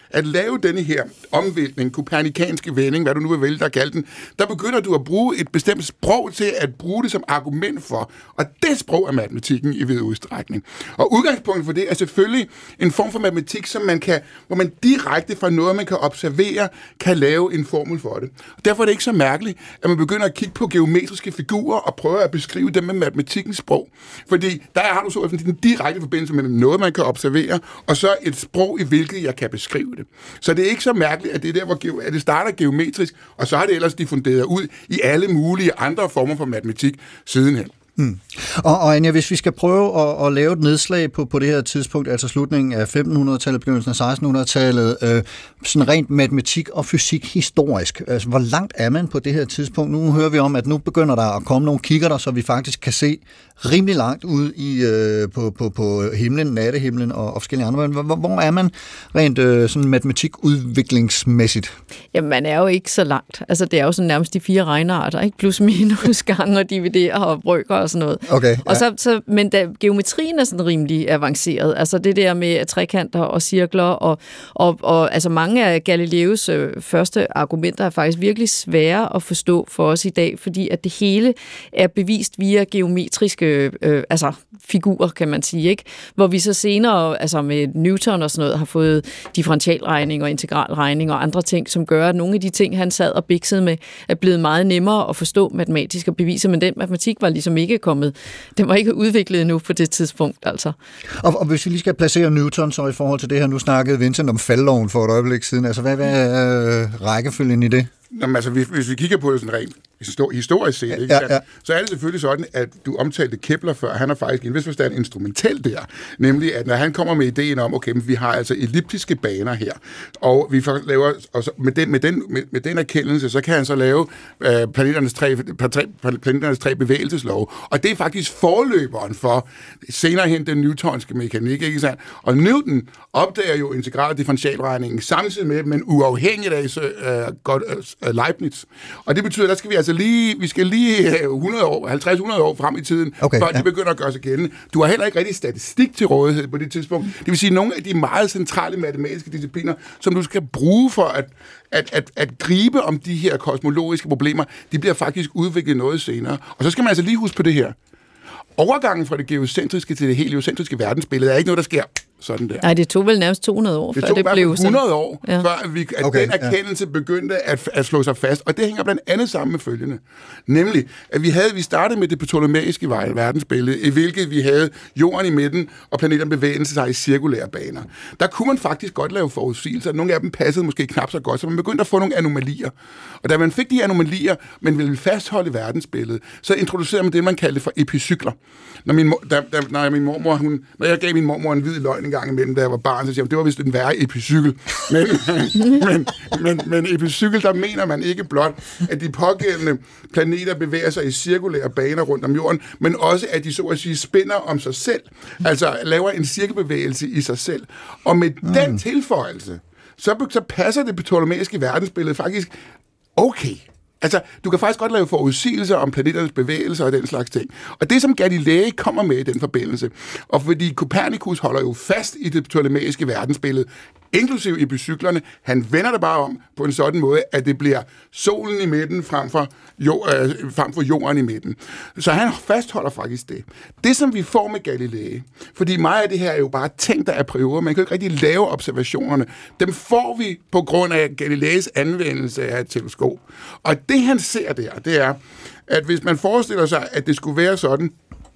[SPEAKER 6] at lave denne her omvæltning, kopernikanske vending, hvad du nu vil vælge der kalde den, der begynder du at bruge et bestemt sprog til at bruge det som argument for, og det sprog er matematikken i vid udstrækning. Og udgangspunktet for det er selvfølgelig en form for matematik, som man kan, hvor man direkte fra noget, man kan observere, kan lave en formel for det. Og derfor er det ikke så mærkeligt, at man begynder at kigge på geometriske figurer og prøve at beskrive dem med matematikkens sprog. Fordi der har du så en direkte forbindelse mellem noget, man kan observere, og så et sprog, i hvilket jeg kan beskrive det. Så det er ikke så mærkeligt, at det er der, hvor at det starter geometrisk, og så har det ellers diffunderet ud i alle mulige andre former for matematik sidenhen.
[SPEAKER 2] Mm. Og, og Anja, hvis vi skal prøve at, at lave et nedslag på, på det her tidspunkt, altså slutningen af femtenhundredetallet, begyndelsen af sekstenhundredetallet, øh, sådan rent matematik og fysik historisk, altså hvor langt er man på det her tidspunkt? Nu hører vi om, at nu begynder der at komme nogle kikkerter, så vi faktisk kan se rimelig langt ud i, øh, på, på, på himlen, nattehimlen og, og forskellige andre. Hvor, hvor er man rent øh, sådan matematikudviklingsmæssigt?
[SPEAKER 5] Jamen, man er jo ikke så langt. Altså, det er jo sådan nærmest de fire regnearter, ikke? Plus minus, gange og dividerer og brøker og sådan noget.
[SPEAKER 2] Okay, ja.
[SPEAKER 5] Og så, så, men da, geometrien er sådan rimelig avanceret. Altså det der med trekanter og cirkler, og, og, og altså mange af Galileos øh, første argumenter er faktisk virkelig svære at forstå for os i dag, fordi at det hele er bevist via geometriske øh, altså figurer, kan man sige, ikke? Hvor vi så senere, altså med Newton og sådan noget, har fået differentialregning og integralregning og andre ting, som gør, at nogle af de ting, han sad og biksede med, er blevet meget nemmere at forstå matematisk og bevise, men den matematik var ligesom ikke kommet. Den var ikke udviklet endnu på det tidspunkt, altså.
[SPEAKER 2] Og, og hvis vi lige skal placere Newton så i forhold til det her, nu snakkede Vincent om faldloven for et øjeblik siden, altså hvad, hvad er øh, rækkefølgen i det?
[SPEAKER 6] Jamen, altså, hvis, hvis vi kigger på det sådan rent historisk set, ikke,
[SPEAKER 2] ja, ja.
[SPEAKER 6] så er det selvfølgelig sådan, at du omtalte Kepler før, han er faktisk i en vis forstand instrumentel der, nemlig at når han kommer med ideen om, okay, men vi har altså elliptiske baner her, og vi laver, og så med, den, med, den, med, med den erkendelse, så kan han så lave øh, planeternes, tre, planeternes tre bevægelseslove, og det er faktisk forløberen for senere hen den newtonske mekanik, ikke sandt? Og Newton opdager jo integral- og differentialregningen samtidig med, men uafhængigt af øh, godt, øh, Leibniz. Og det betyder, at der skal vi altså lige, vi skal lige hundrede år, halvtreds til hundrede år frem i tiden, okay, før ja. de begynder at gøre sig gældende. Du har heller ikke rigtig statistik til rådighed på det tidspunkt. Det vil sige, nogle af de meget centrale matematiske discipliner, som du skal bruge for at, at, at, at gribe om de her kosmologiske problemer, de bliver faktisk udviklet noget senere. Og så skal man altså lige huske på det her. Overgangen fra det geocentriske til det heliocentriske verdensbillede er ikke noget, der sker sådan der.
[SPEAKER 5] Nej, det tog vel nærmest to hundrede år,
[SPEAKER 6] det
[SPEAKER 5] før det blev sådan.
[SPEAKER 6] hundrede år,
[SPEAKER 5] ja.
[SPEAKER 6] før vi, at
[SPEAKER 2] okay,
[SPEAKER 6] den erkendelse ja. begyndte at, at slå sig fast. Og det hænger blandt andet sammen med følgende. Nemlig, at vi, havde, vi startede med det ptolemæiske verdensbillede, i hvilket vi havde jorden i midten, og planeterne bevægede sig i cirkulære baner. Der kunne man faktisk godt lave forudsigelser. Nogle af dem passede måske knap så godt, så man begyndte at få nogle anomalier. Og da man fik de anomalier, men ville fastholde verdensbilledet, så introducerede man det, man kaldte for epicykler. Når, min, da, da, når, min mormor, hun, når jeg gav min mormor en hvid løgn en gang imellem, da jeg var barn, så siger jeg, det var vist en værre epicykel. Men, men, men, men epicykel, der mener man ikke blot, at de pågældende planeter bevæger sig i cirkulære baner rundt om jorden, men også, at de så at sige spænder om sig selv. Altså laver en cirkelbevægelse i sig selv. Og med mm. den tilføjelse, så, så passer det ptolemæiske verdensbillede faktisk okay. Altså, du kan faktisk godt lave forudsigelser om planeternes bevægelser og den slags ting. Og det, som Galilei kommer med i den forbindelse, og fordi Copernicus holder jo fast i det ptolemæiske verdensbillede, inklusive epicyklerne, han vender det bare om på en sådan måde, at det bliver solen i midten frem for, jord, øh, frem for jorden i midten. Så han fastholder faktisk det. Det, som vi får med Galilei, fordi meget af det her er jo bare tænkt af prøver, man kan jo ikke rigtig lave observationerne, dem får vi på grund af Galileis anvendelse af et teleskop. Og det, han ser der, det er, at hvis man forestiller sig, at det skulle være sådan,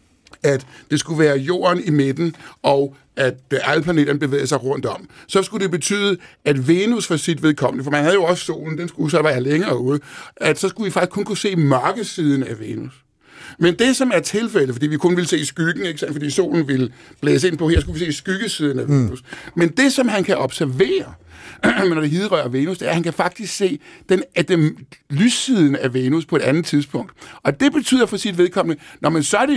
[SPEAKER 6] at det skulle være jorden i midten, og at alle planeterne bevæger sig rundt om, så skulle det betyde, at Venus for sit vedkommende, for man havde jo også solen, den skulle så være længere ude, at så skulle vi faktisk kun kunne se mørkesiden af Venus. Men det, som er tilfældet, fordi vi kun ville se skyggen, ikke sandt? Fordi solen ville blæse ind på, her skulle vi se skyggesiden af Venus. Mm. Men det, som han kan observere, når det hidrører Venus, det er, at han kan faktisk se den, at den lyssiden af Venus på et andet tidspunkt. Og det betyder for sit vedkommende, når man så er det jo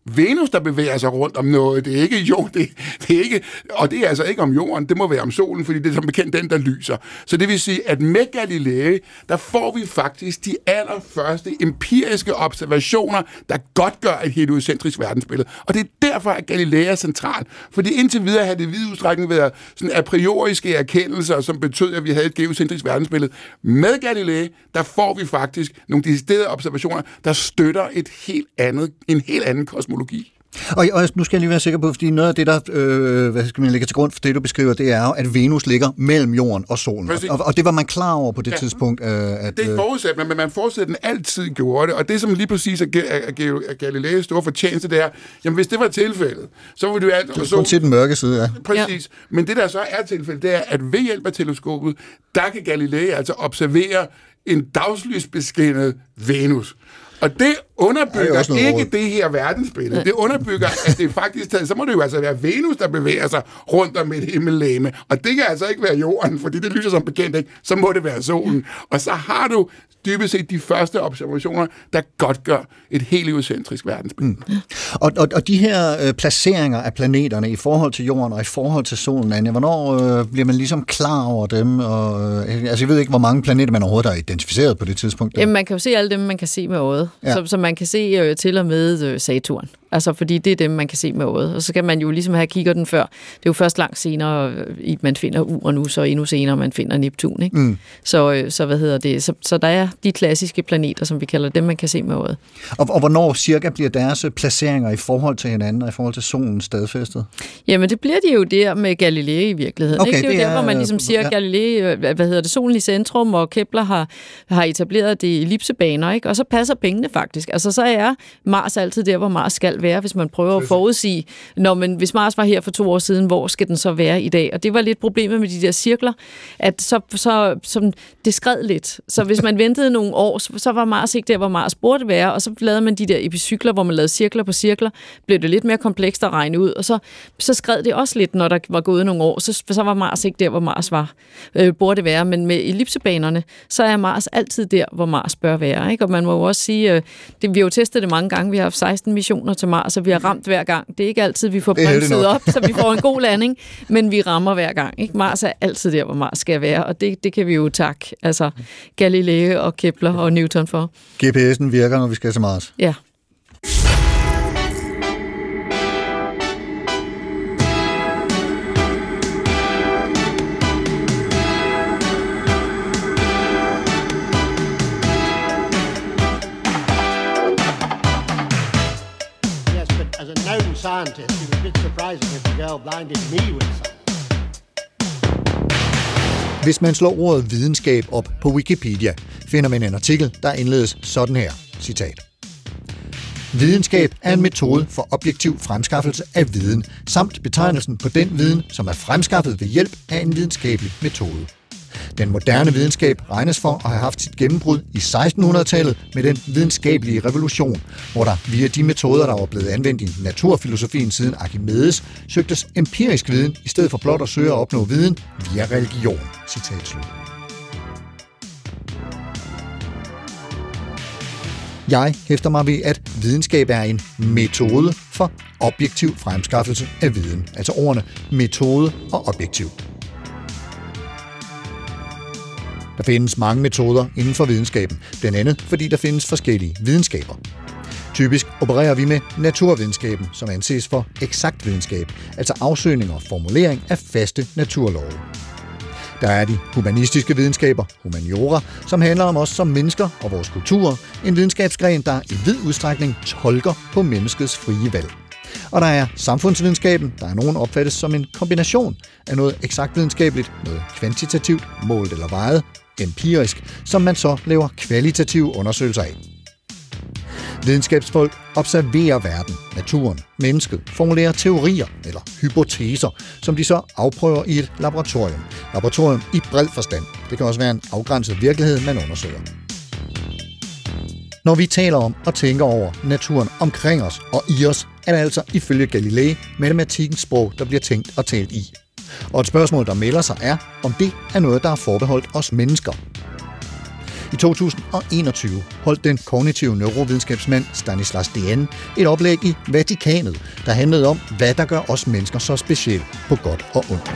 [SPEAKER 6] Venus, der bevæger sig rundt om noget. Det er ikke jord, det, det er ikke, og det er altså ikke om jorden, det må være om solen, fordi det er som bekendt den, der lyser. Så det vil sige, at med Galilei, der får vi faktisk de allerførste empiriske observationer, der godt gør et heliocentrisk verdensbillede. Og det er derfor, at Galilei er central. Fordi indtil videre har det i vid udstrækning været sådan a prioriske erkendelser, som betød, at vi havde et geocentrisk verdensbillede. Med Galilei, der får vi faktisk nogle deciderede observationer, der støtter et helt andet, en helt anden kosmologi.
[SPEAKER 2] Og, og nu skal jeg lige være sikker på, fordi noget af det, der øh, hvad skal man lægge til grund for det, du beskriver, det er jo, at Venus ligger mellem jorden og solen. Og, og det var man klar over på det ja. tidspunkt. Øh, at,
[SPEAKER 6] det er forudsat, men man forudsat, den altid gjorde det. Og det, som lige præcis er, er, er, er Galileis store fortjeneste, det er, jamen hvis det var tilfældet, så ville du alt...
[SPEAKER 2] Du skulle til den mørke side, ja.
[SPEAKER 6] Præcis. Ja. Men det, der så er tilfældet, det er, at ved hjælp af teleskopet, der kan Galilei altså observere en dagslysbeskinnet Venus. Og det underbygger det ikke det her verdensbillede. Det underbygger, at det faktisk taget, så må det jo altså være Venus, der bevæger sig rundt om et himmellegeme. Og det kan altså ikke være jorden, fordi det lyser som bekendt ikke. Så må det være solen. Og så har du dybest set de første observationer, der godt gør et heliocentrisk verdensbillede. Mm.
[SPEAKER 2] Og, og, og de her øh, placeringer af planeterne i forhold til jorden og i forhold til solen, Anja, hvornår øh, bliver man ligesom klar over dem? Og, øh, altså jeg ved ikke, hvor mange planeter man overhovedet har identificeret på det tidspunkt. Der.
[SPEAKER 5] Jamen man kan jo se alle dem, man kan se med øjet. Ja. Så, så man kan se øh, til og med øh, Saturn. Altså fordi det er dem, man kan se med øjet. Og så kan man jo ligesom have kigger den før. Det er jo først langt senere, øh, man finder Uranus, og endnu senere, man finder Neptun. Ikke? Mm. Så, øh, så hvad hedder det? Så, så der er de klassiske planeter, som vi kalder dem, man kan se med øjet.
[SPEAKER 2] Og, og hvornår cirka bliver deres placeringer i forhold til hinanden, og i forhold til solen stadfæstet?
[SPEAKER 5] Jamen det bliver de jo der med Galilei i virkeligheden.
[SPEAKER 2] Okay,
[SPEAKER 5] ikke? Det er jo
[SPEAKER 2] det
[SPEAKER 5] der,
[SPEAKER 2] er,
[SPEAKER 5] hvor man ligesom siger, ja. Galilei, hvad hedder det, solen i centrum, og Kepler har, har etableret det i ellipsebaner, ikke? Og så passer pengene faktisk. Altså så er Mars altid der, hvor Mars skal være, hvis man prøver at forudsige, når man, hvis Mars var her for to år siden, hvor skal den så være i dag? Og det var lidt problemet med de der cirkler, at så, så som det skred lidt. Så hvis man ventede nogle år, så, så var Mars ikke der, hvor Mars burde være, og så lavede man de der epicykler, hvor man lavede cirkler på cirkler, blev det lidt mere komplekst at regne ud, og så, så skred det også lidt, når der var gået nogle år, så, så var Mars ikke der, hvor Mars var, øh, burde være, men med ellipsebanerne, så er Mars altid der, hvor Mars bør være, ikke? Og man må jo også sige, øh, det, vi har jo testet det mange gange, vi har haft seksten missioner til Mars, og vi har ramt hver gang. Det er ikke altid, vi får bremset op, så vi får en god landing, men vi rammer hver gang, ikke? Mars er altid der, hvor Mars skal være, og det, det kan vi jo takke, altså Galilei og Kepler og Newton for.
[SPEAKER 2] G P S'en virker, når vi skal til Mars.
[SPEAKER 5] Ja.
[SPEAKER 8] Scientist, it was a bit surprising if the girl blinded me with something.
[SPEAKER 2] Hvis man slår ordet videnskab op på Wikipedia, finder man en artikel, der indledes sådan her, citat. Videnskab er en metode for objektiv fremskaffelse af viden, samt betegnelsen på den viden, som er fremskaffet ved hjælp af en videnskabelig metode. Den moderne videnskab regnes for at have haft sit gennembrud i sekstenhundredetallet med den videnskabelige revolution, hvor der via de metoder, der var blevet anvendt i naturfilosofien siden Archimedes, søgtes empirisk viden i stedet for blot at søge at opnå viden via religion. Citat slut. Jeg hæfter mig ved, at videnskab er en metode for objektiv fremskaffelse af viden. Altså ordene metode og objektiv. Der findes mange metoder inden for videnskaben, blandt andet fordi der findes forskellige videnskaber. Typisk opererer vi med naturvidenskaben, som anses for eksakt videnskab, altså afsøgning og formulering af faste naturlove. Der er de humanistiske videnskaber, humaniora, som handler om os som mennesker og vores kulturer, en videnskabsgren, der i vid udstrækning tolker på menneskets frie valg. Og der er samfundsvidenskaben, der er nogen opfattes som en kombination af noget eksakt videnskabeligt, noget kvantitativt, målt eller vejet, empirisk, som man så laver kvalitative undersøgelser af. Videnskabsfolk observerer verden, naturen, mennesket, formulerer teorier eller hypoteser, som de så afprøver i et laboratorium. Laboratorium i bred forstand. Det kan også være en afgrænset virkelighed, man undersøger. Når vi taler om og tænker over naturen omkring os og i os, er det altså ifølge Galilei matematikkens sprog, der bliver tænkt og talt i. Og et spørgsmål, der melder sig, er, om det er noget, der er forbeholdt os mennesker. I to tusind og enogtyve holdt den kognitive neurovidenskabsmand Stanislas Dehaene et oplæg i Vatikanet, der handlede om, hvad der gør os mennesker så specielle på godt og ondt.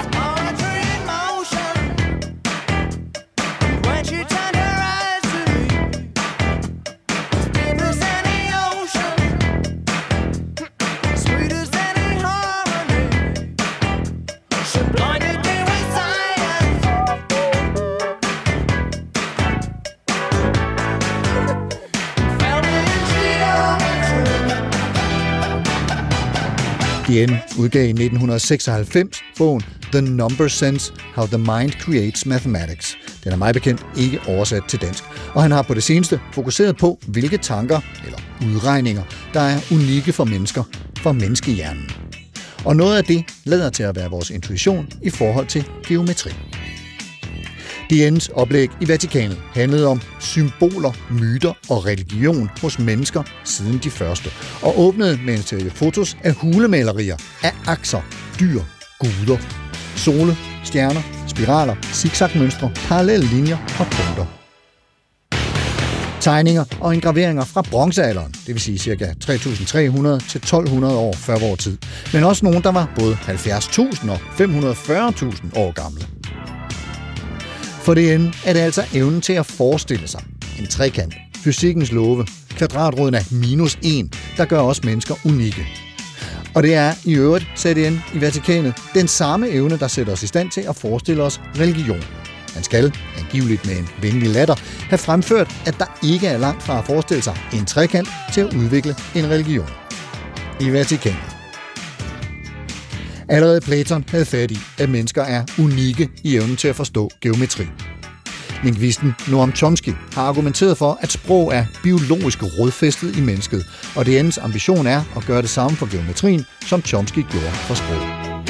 [SPEAKER 2] Dehaene udgav i nitten seksoghalvfems bogen The Number Sense, How the Mind Creates Mathematics. Den er mig bekendt ikke oversat til dansk, og han har på det seneste fokuseret på, hvilke tanker eller udregninger, der er unikke for mennesker, for menneskehjernen. Og noget af det lader til at være vores intuition i forhold til geometri. Dehaenes oplæg i Vatikanet handlede om symboler, myter og religion hos mennesker siden de første, og åbnede med en serie fotos af hulemalerier af akser, dyr, guder, sole, stjerner, spiraler, zigzagmønstre, parallelle linjer og punkter. Tegninger og engraveringer fra bronzealderen, det vil sige ca. tre tusind tre hundrede til tolv hundrede år før vor tid, men også nogle, der var både halvfjerds tusind og fem hundrede og fyrre tusind år gamle. For Dehaene er det altså evnen til at forestille sig en trekant, fysikkens love, kvadratroden af minus en, der gør os mennesker unikke. Og det er i øvrigt, sagde Dehaene i Vatikanet, den samme evne, der sætter os i stand til at forestille os religion. Han skal, angiveligt med en venlig latter, have fremført, at der ikke er langt fra at forestille sig en trekant til at udvikle en religion. I Vatikanet. Allerede Platon havde fat i, at mennesker er unikke i evnen til at forstå geometri. Lingvisten Noam Chomsky har argumenteret for, at sprog er biologisk rodfæstet i mennesket, og Dehaenes ambition er at gøre det samme for geometrien, som Chomsky gjorde for sprog.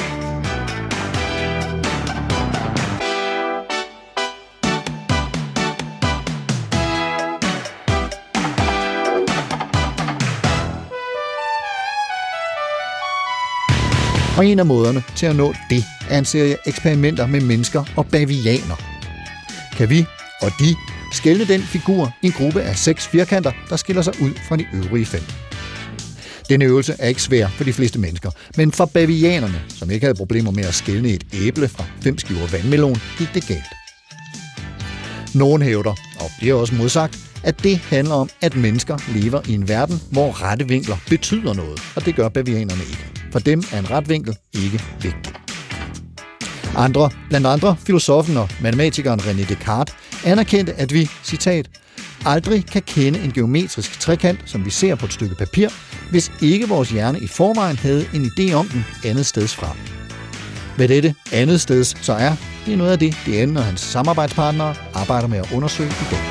[SPEAKER 2] Og en af måderne til at nå det er en serie eksperimenter med mennesker og bavianer. Kan vi og de skelne den figur i en gruppe af seks firkanter, der skiller sig ud fra de øvrige fem. Denne øvelse er ikke svær for de fleste mennesker, men for bavianerne, som ikke havde problemer med at skelne et æble fra fem skiver vandmelon, gik det galt. Nogen hævder, og bliver også modsagt, at det handler om, at mennesker lever i en verden, hvor rette vinkler betyder noget, og det gør bavianerne ikke. For dem er en ret vinkel ikke vigtig. Andre, blandt andre filosofen og matematikeren René Descartes, anerkendte, at vi, citat, aldrig kan kende en geometrisk trekant, som vi ser på et stykke papir, hvis ikke vores hjerne i forvejen havde en idé om den andet steds fra. Hvad dette andet steds så er, det er noget af det, Dehaene og hans samarbejdspartnere arbejder med at undersøge i dag.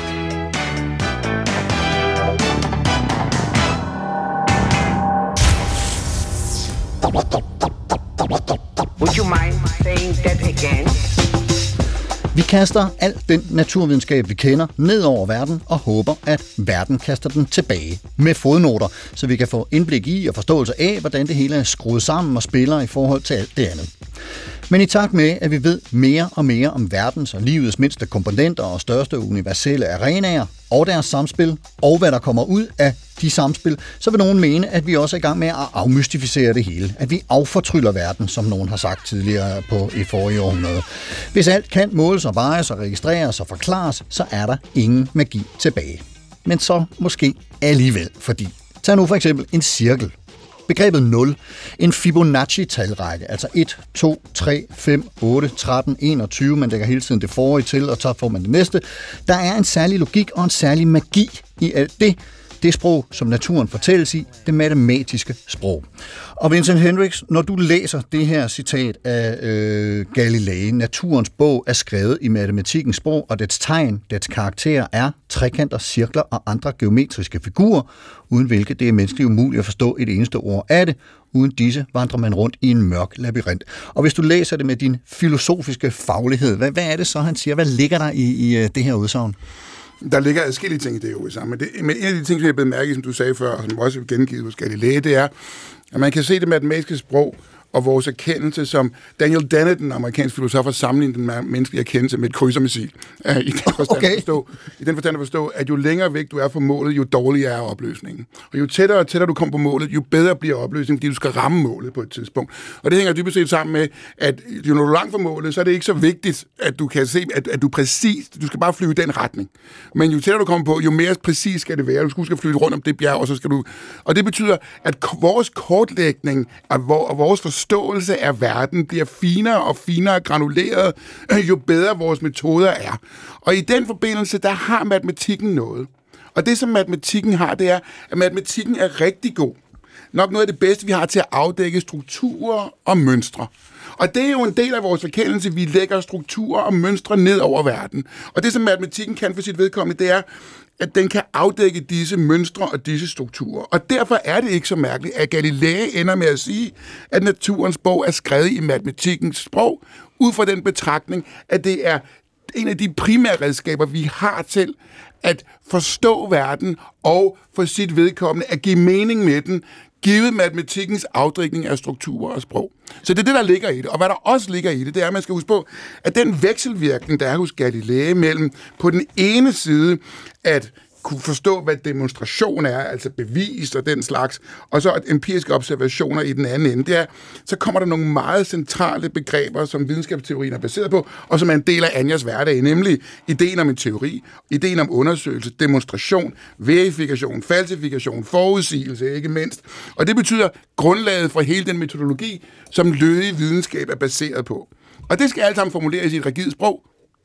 [SPEAKER 4] Would you mind saying that again?
[SPEAKER 2] Vi kaster al den naturvidenskab, vi kender, ned over verden og håber, at verden kaster den tilbage med fodnoter, så vi kan få indblik i og forståelse af, hvordan det hele er skruet sammen og spiller i forhold til alt det andet. Men i takt med, at vi ved mere og mere om verdens og livets mindste komponenter og største universelle arenaer og deres samspil, og hvad der kommer ud af de samspil, så vil nogen mene, at vi også er i gang med at afmystificere det hele. At vi affortryller verden, som nogen har sagt tidligere på i forrige århundrede. Hvis alt kan måles og vejes og registreres og forklares, så er der ingen magi tilbage. Men så måske alligevel, fordi tag nu for eksempel en cirkel. Begrebet nul, en Fibonacci-talrække, altså et, to, tre, fem, otte, tretten, enogtyve, man lægger hele tiden det forrige til, og så får man det næste. Der er en særlig logik og en særlig magi i alt det, det sprog, som naturen fortælles i, det matematiske sprog. Og Vincent Hendricks, når du læser det her citat af øh, Galilei, naturens bog er skrevet i matematikkens sprog, og dets tegn, dets karakterer er trekanter, cirkler og andre geometriske figurer, uden hvilke det er menneskeligt umuligt at forstå et eneste ord af det. Uden disse vandrer man rundt i en mørk labyrint. Og hvis du læser det med din filosofiske faglighed, hvad, hvad er det så, han siger? Hvad ligger der i, i det her udsagn?
[SPEAKER 6] Der ligger adskillige ting i det jo sammen. Men, det, men en af de ting, som jeg blev mærket, som du sagde før, og som også er gengivet hos Galilei, det er, at man kan se det matematiske sprog og vores erkendelse, som Daniel Dennett, en amerikansk filosof, har sammenlignet den menneskelige erkendelse med et krydsermissil. Uh, I den forstand
[SPEAKER 2] okay.
[SPEAKER 6] at forstå, i den forstand at forstå, at jo længere væk du er fra målet, jo dårligere er opløsningen. Og jo tættere og tættere du kommer på målet, jo bedre bliver opløsningen, fordi du skal ramme målet på et tidspunkt. Og det hænger dybest set sammen med, at jo når du er langt fra målet, så er det ikke så vigtigt, at du kan se, at, at du præcist, du skal bare flyve i den retning. Men jo tættere du kommer på, jo mere præcis skal det være. Du skal flyve rundt om det bjerg, og så skal du... Og det betyder, at vores kortlægning og vores forståelse af verden bliver finere og finere granuleret, jo bedre vores metoder er. Og i den forbindelse, der har matematikken noget. Og det, som matematikken har, det er, at matematikken er rigtig god. Nok noget af det bedste, vi har til at afdække strukturer og mønstre. Og det er jo en del af vores erkendelse, vi lægger strukturer og mønstre ned over verden. Og det, som matematikken kan for sit vedkommende, det er, at den kan afdække disse mønstre og disse strukturer. Og derfor er det ikke så mærkeligt, at Galilei ender med at sige, at naturens bog er skrevet i matematikkens sprog, ud fra den betragtning, at det er en af de primære redskaber, vi har til at forstå verden og for sit vedkommende at give mening med den, givet matematikkens afdækning af strukturer og sprog. Så det er det, der ligger i det. Og hvad der også ligger i det, det er, at man skal huske på, at den vekselvirkning, der er hos Galilei mellem på den ene side, at kunne forstå, hvad demonstration er, altså bevis og den slags, og så empiriske observationer i den anden ende, det er, så kommer der nogle meget centrale begreber, som videnskabsteorien er baseret på, og som er en del af Anjas hverdag, nemlig ideen om en teori, ideen om undersøgelse, demonstration, verifikation, falsifikation, forudsigelse, ikke mindst. Og det betyder grundlaget for hele den metodologi, som lødig videnskab er baseret på. Og det skal alt sammen formuleres i et rigidt sprog.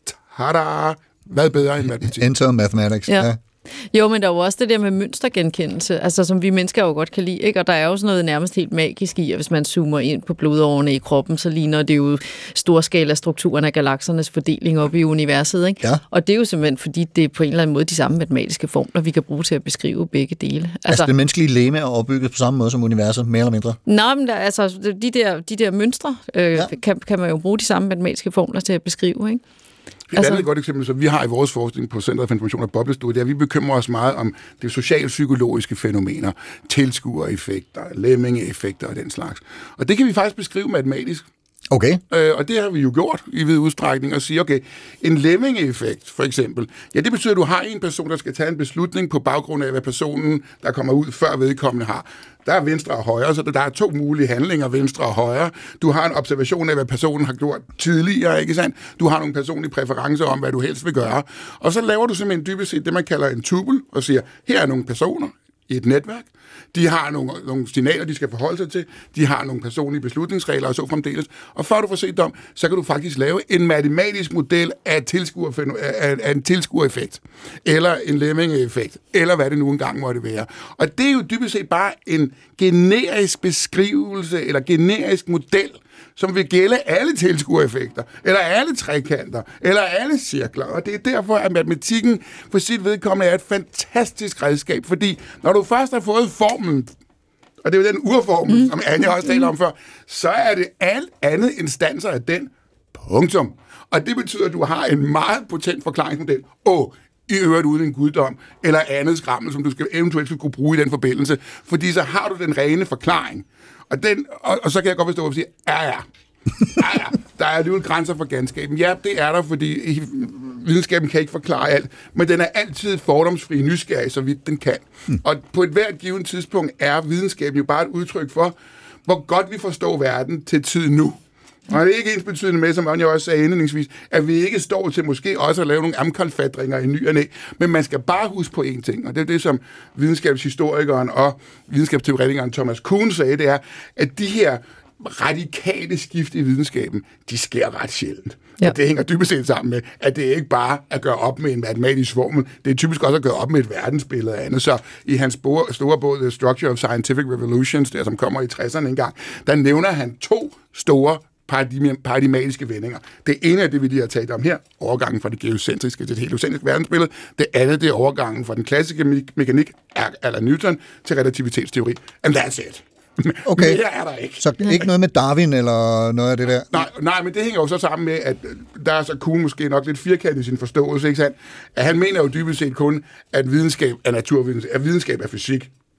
[SPEAKER 6] Tada! Hvad bedre end matematik?
[SPEAKER 2] Enter mathematics, ja. ja.
[SPEAKER 5] Jo, men der er jo også det der med mønstergenkendelse, altså som vi mennesker jo godt kan lide, ikke? Og der er jo sådan noget nærmest helt magisk i, at hvis man zoomer ind på blodårene i kroppen, så ligner det jo storskala-strukturen af galaksernes fordeling op i universet, ikke?
[SPEAKER 2] Ja.
[SPEAKER 5] Og det er jo simpelthen, fordi det er på en eller anden måde de samme matematiske formler, vi kan bruge til at beskrive begge dele.
[SPEAKER 2] Altså, altså det menneskelige legeme er opbygget på samme måde som universet, mere eller mindre?
[SPEAKER 5] Nej, men der, altså de der, de der mønstre øh, ja. kan, kan man jo bruge de samme matematiske formler til at beskrive, ikke?
[SPEAKER 6] Et altså, andet godt eksempel, som vi har i vores forskning på Centret for Information og Boblestudiet, det er, at vi bekymrer os meget om det socialpsykologiske fænomener, tilskuereffekter, lemmingeeffekter og den slags. Og det kan vi faktisk beskrive matematisk.
[SPEAKER 2] Okay.
[SPEAKER 6] Øh, og det har vi jo gjort i vid udstrækning og sige, okay, en lemmingeeffekt for eksempel, ja, det betyder, at du har en person, der skal tage en beslutning på baggrund af, hvad personen, der kommer ud før vedkommende har. Der er venstre og højre, så der er to mulige handlinger, venstre og højre. Du har en observation af, hvad personen har gjort tidligere, ikke sandt? Du har nogle personlige præferencer om, hvad du helst vil gøre. Og så laver du simpelthen dybest set det, man kalder en tuple, og siger, her er nogle personer i et netværk. De har nogle, nogle signaler, de skal forholde sig til. De har nogle personlige beslutningsregler og så fremdeles. Og før du får set dem, så kan du faktisk lave en matematisk model af, af, af en tilskuereffekt. Eller en lemmingeeffekt. Eller hvad det nu engang måtte være. Og det er jo dybest set bare en generisk beskrivelse eller generisk model, som vil gælde alle tilskuereffekter, eller alle trekanter, eller alle cirkler. Og det er derfor, at matematikken for sit vedkommende er et fantastisk redskab, fordi når du først har fået formlen, og det er jo den urformel, mm. som Anja også talte om før, så er det alt andet instanser af den punktum. Og det betyder, at du har en meget potent forklaringsmodel. Åh, i øvrigt uden en guddom, eller andet skrammel, som du skal eventuelt skulle kunne bruge i den forbindelse, fordi så har du den rene forklaring. Og, den, og, og så kan jeg godt forstå, at sige, ja, ja, ja, ja, der er alligevel grænser for ganskaben. Ja, det er der, fordi videnskaben kan ikke forklare alt, men den er altid fordomsfri nysgerrig, så vidt den kan. Hmm. Og på et hvert givet tidspunkt er videnskaben jo bare et udtryk for, hvor godt vi forstår verden til tid nu. Og det er ikke ens betydende med, som jeg også sagde indledningsvis, at vi ikke står til måske også at lave nogle amkalfatringer i ny og næ, men man skal bare huske på én ting, og det er det, som videnskabshistorikeren og videnskabsteoretikeren Thomas Kuhn sagde, det er, at de her radikale skift i videnskaben, de sker ret sjældent. Ja. Og det hænger dybest set sammen med, at det ikke bare er at gøre op med en matematisk formel, det er typisk også at gøre op med et verdensbillede af andet. Så i hans store bog, The Structure of Scientific Revolutions, der som kommer i tresserne engang, der nævner han to store paradigmatiske vendinger. Det ene er det, vi lige har talt om her, overgangen fra det geocentriske til det heliocentriske verdensbillede. Det andet, det er overgangen fra den klassiske me- mekanik, eller Newton, til relativitetsteori. And that's it.
[SPEAKER 2] Okay,
[SPEAKER 6] mere er der ikke.
[SPEAKER 2] Så ikke noget med Darwin eller noget af det der?
[SPEAKER 6] Nej, nej, men det hænger jo så sammen med, at der er så Kuhn måske nok lidt firkantet i sin forståelse, ikke sandt? At han mener jo dybest set kun, at videnskab er naturvidenskab, at videnskab er fysik.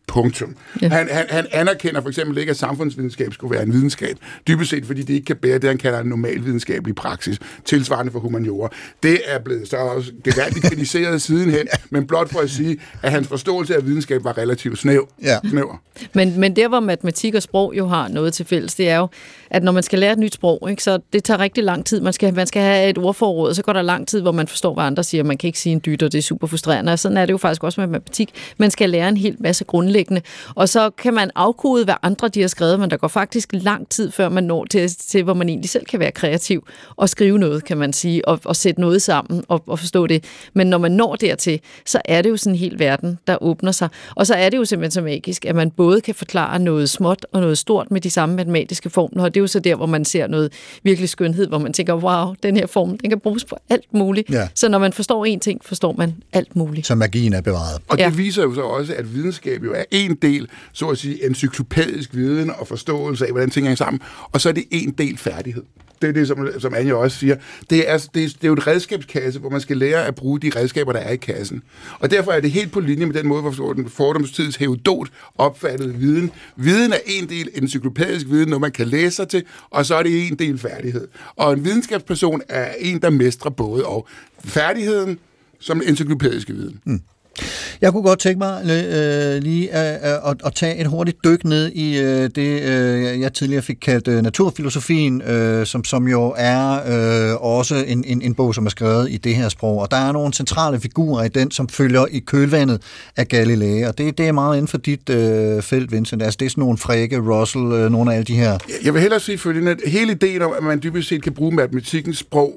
[SPEAKER 6] Punktum. Ja. Han, han, han anerkender for eksempel ikke, at samfundsvidenskab skulle være en videnskab. Dybest set, fordi det ikke kan bære det, han kalder en normal videnskabelig praksis. Tilsvarende for humaniora. Det er blevet så også gevaldigt kritiseret sidenhen, men blot for at sige, at hans forståelse af videnskab var relativt snæv.
[SPEAKER 2] Ja.
[SPEAKER 6] snæver.
[SPEAKER 5] Men, men der, hvor matematik og sprog jo har noget til fælles, det er jo, at når man skal lære et nyt sprog, ikke, så det tager rigtig lang tid. Man skal, man skal have et ordforråd, så går der lang tid, hvor man forstår, hvad andre siger. Man kan ikke sige en dyt, og det er super frustrerende. Og sådan er det jo faktisk også med matematik. Man skal lære en hel masse grundlæggende. Og så kan man afkode, hvad andre de har skrevet, men der går faktisk lang tid, før man når til, til hvor man egentlig selv kan være kreativ og skrive noget, kan man sige, og, og sætte noget sammen og, og forstå det. Men når man når dertil, så er det jo sådan en hel verden, der åbner sig. Og så er det jo simpelthen så magisk, at man både kan forklare noget småt og noget stort med de samme matematiske formler, og det er jo så der, hvor man ser noget virkelig skønhed, hvor man tænker, wow, den her formel, den kan bruges på alt muligt. Ja. Så når man forstår én ting, forstår man alt muligt.
[SPEAKER 2] Så magien er bevaret.
[SPEAKER 6] Og det
[SPEAKER 5] ja.
[SPEAKER 6] viser jo så også, at videnskab jo er en del, så at sige, encyklopædisk viden og forståelse af, hvordan ting hænger sammen, og så er det en del færdighed. Det er det, som, som Anja også siger. Det er, det, er, det er jo et redskabskasse, hvor man skal lære at bruge de redskaber, der er i kassen. Og derfor er det helt på linje med den måde, hvor den fordomstids Herodot opfattede viden. Viden er en del encyklopædisk viden, noget man kan læse sig til, og så er det en del færdighed. Og en videnskabsperson er en, der mestrer både og færdigheden som encyklopædiske viden. Mm.
[SPEAKER 2] Jeg kunne godt tænke mig øh, lige øh, at, at tage et hurtigt dyk ned i øh, det, øh, jeg tidligere fik kaldt øh, naturfilosofien, øh, som, som jo er øh, også en, en, en bog, som er skrevet i det her sprog. Og der er nogle centrale figurer i den, som følger i kølvandet af Galilei. Og det, det er meget inden for dit øh, felt, Vincent. Altså, det er sådan nogle Frege, Russell, øh, nogle af alle de her.
[SPEAKER 6] Jeg vil hellere sige følgende, at hele ideen om, at man dybest set kan bruge matematikkens sprog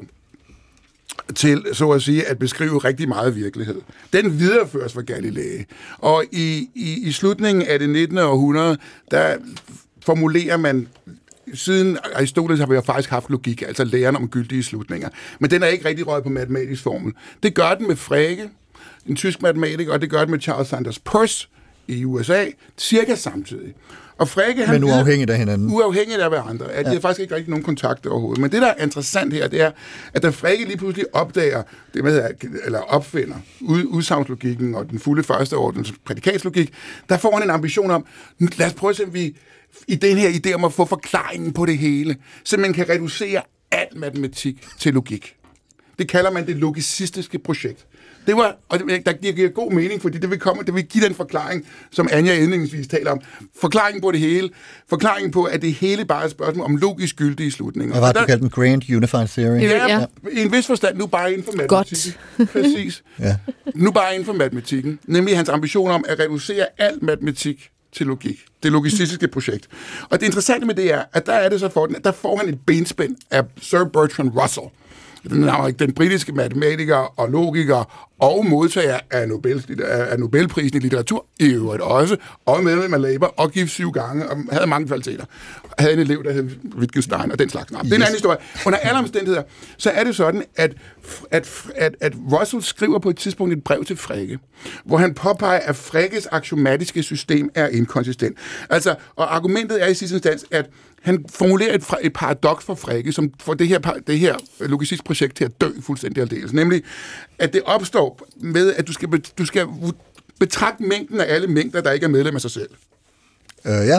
[SPEAKER 6] til, så at sige, at beskrive rigtig meget virkelighed. Den videreføres fra Galilei. Og i, i, i slutningen af det nittende århundrede, der formulerer man, siden Aristoteles har vi jo faktisk haft logik, altså læren om gyldige slutninger. Men den er ikke rigtig røget på matematisk formel. Det gør den med Frege, en tysk matematiker, og det gør den med Charles Sanders Peirce i U S A, cirka samtidig. Og Frege, han
[SPEAKER 2] men uafhængigt af hinanden.
[SPEAKER 6] Uafhængigt af hverandre. At ja. De har faktisk ikke rigtig nogen kontakt overhovedet. Men det, der er interessant her, det er, at da Frege lige pludselig opdager, det med, eller opfinder udsagnslogikken og den fulde første ordens prædikatslogik, der får han en ambition om, lad os prøve at se, om vi i den her idé om at få forklaringen på det hele, så man kan reducere al matematik til logik. Det kalder man det logicistiske projekt. Det var, og der giver god mening, fordi det vil, komme, det vil give den forklaring, som Anja indledningsvis taler om. Forklaringen på det hele. Forklaringen på, at det hele bare er et spørgsmål om logisk gyldige slutninger.
[SPEAKER 2] Hvad var det, du kaldte den Grand Unified Theory?
[SPEAKER 6] Ja, ja, i en vis forstand, nu bare inden for matematikken. Godt. Præcis. Ja. Nu bare inden for matematikken. Nemlig hans ambition om at reducere al matematik til logik. Det logicistiske projekt. Og det interessante med det er, at der er det så for den, der får han et benspænd af Sir Bertrand Russell. Den, den britiske matematiker og logiker og modtager af, Nobel, af Nobelprisen i litteratur, i øvrigt også, og medlem af Labour, og gift syv gange, og havde mange kvaliteter. Havde en elev, der hed Wittgenstein, og den slags navn. Yes. Det er en anden historie. Under alle omstændigheder, så er det sådan, at, at, at, at Russell skriver på et tidspunkt et brev til Frege, hvor han påpeger, at Freges aksiomatiske system er inkonsistent. Altså, og argumentet er i sidste instans, at han formulerer et, et paradoks for Frege, som får det her, det her logicistiske projekt til at dø fuldstændig aldeles. Nemlig, at det opstår med, at du skal, du skal betragte mængden af alle mængder, der ikke er medlem af sig selv.
[SPEAKER 2] Øh, ja.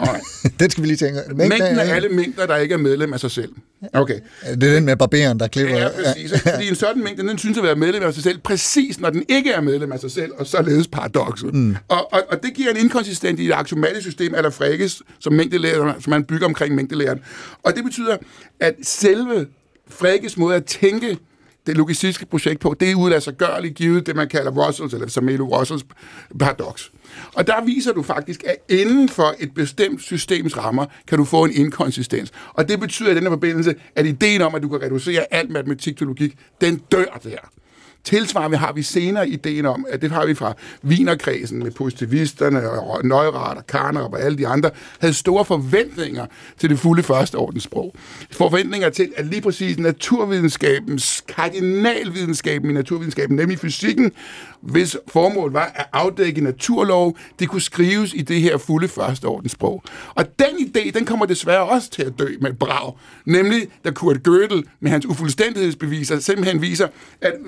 [SPEAKER 2] Den skal vi lige tænke.
[SPEAKER 6] Mængden, mængden af alle mængder, der ikke er medlem af sig selv. Okay.
[SPEAKER 2] Det er den med barberen, der klipper.
[SPEAKER 6] Ja, præcis. Ja. Fordi en sådan mængde, den synes at være medlem af sig selv, præcis når den ikke er medlem af sig selv, og således paradokset. Mm. Og, og, og det giver en inkonsistent i et aksiomatisk system, eller Freges, som mængdelærer, som man bygger omkring mængdelæren. Og det betyder, at selve Freges måde at tænke det logicistiske projekt på, det er udladsiggørligt givet det, man kalder Russells, eller Samuel Russells paradoks. Og der viser du faktisk, at inden for et bestemt systems rammer, kan du få en inkonsistens. Og det betyder i denne forbindelse, at ideen om, at du kan reducere alt matematik til logik, den dør der. Tilsvarende har vi senere ideen om, at det har vi fra Wienerkredsen med positivisterne og Neurath og Carnap og alle de andre, havde store forventninger til det fulde første ordenssprog. Forventninger til, at lige præcis naturvidenskabens, kardinalvidenskaben i naturvidenskaben, nemlig fysikken, hvis formål var at afdække naturlov, det kunne skrives i det her fulde første ordenssprog. Og den idé, den kommer desværre også til at dø med et brag. Nemlig, da Kurt Gödel med hans ufuldstændighedsbeviser simpelthen viser, at hvis du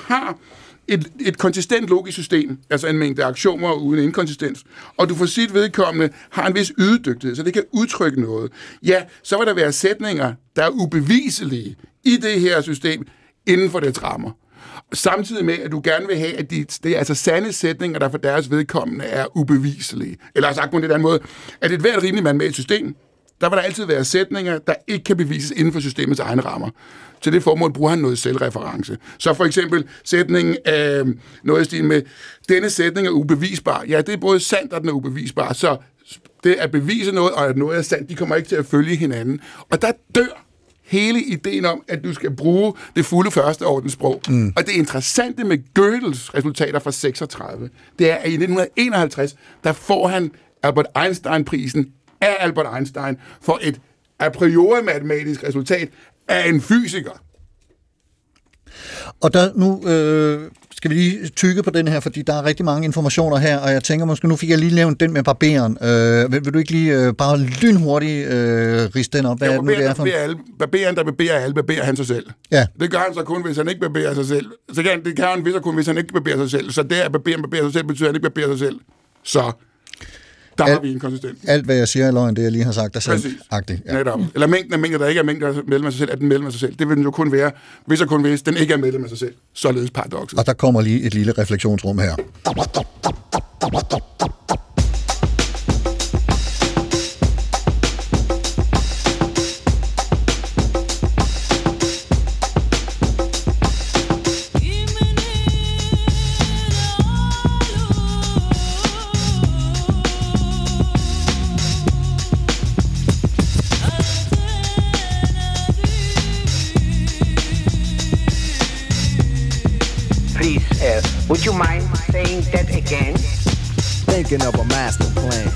[SPEAKER 6] har et, et konsistent logisk system, altså en mængde aktioner uden inkonsistens, og du for sit vedkommende har en vis ydedygtighed, så det kan udtrykke noget, ja, så vil der være sætninger, der er ubeviselige i det her system, inden for dets rammer. Samtidig med, at du gerne vil have, at de, det er altså sande sætninger, der for deres vedkommende er ubeviselige. Eller sagt på en lidt anden måde, at et hvert rimelig mand med et system, der vil der altid være sætninger, der ikke kan bevises inden for systemets egne rammer. Til det formål bruger han noget selvreference. Så for eksempel sætningen af noget i stil med, denne sætning er ubevisbar. Ja, det er både sandt, og den er ubevisbar. Så det at bevise noget, og at noget er sandt, de kommer ikke til at følge hinanden. Og der dør hele ideen om, at du skal bruge det fulde første ordenssprog. Mm. Og det interessante med Gödels resultater fra seksogtredive, det er, at i nitten enoghalvtreds, der får han Albert Einstein-prisen af Albert Einstein for et a priori matematisk resultat af en fysiker.
[SPEAKER 2] Og der nu øh, skal vi lige tykke på den her, fordi der er rigtig mange informationer her, og jeg tænker måske, nu fik jeg lige nævnt den med barberen. Øh, vil, vil du ikke lige øh, bare lynhurtigt øh, riste den op? Hvad
[SPEAKER 6] ja,
[SPEAKER 2] er det nu, det er for?
[SPEAKER 6] Alle, barberen, der barberer alle, barberer han sig selv. Ja. Det gør han så kun, hvis han ikke barberer sig selv. Så kan, det kan han hvis kun, hvis han ikke barberer sig selv. Så det at barberen barberer sig selv, betyder, at han ikke barberer sig selv. Så der
[SPEAKER 2] alt,
[SPEAKER 6] har vi en konsistens.
[SPEAKER 2] Alt, hvad jeg siger i løgn, det jeg lige har sagt, er sandt-agtigt.
[SPEAKER 6] Ja. Netop. Eller mængden af mængder, der ikke er mængder medlem af sig selv, er den medlem af sig selv. Det vil den jo kun være, hvis og kun hvis den ikke er medlem af sig selv. Således paradokset.
[SPEAKER 2] Og der kommer lige et lille refleksionsrum her.
[SPEAKER 4] Would you mind saying that again?
[SPEAKER 9] Thinking of a master plan.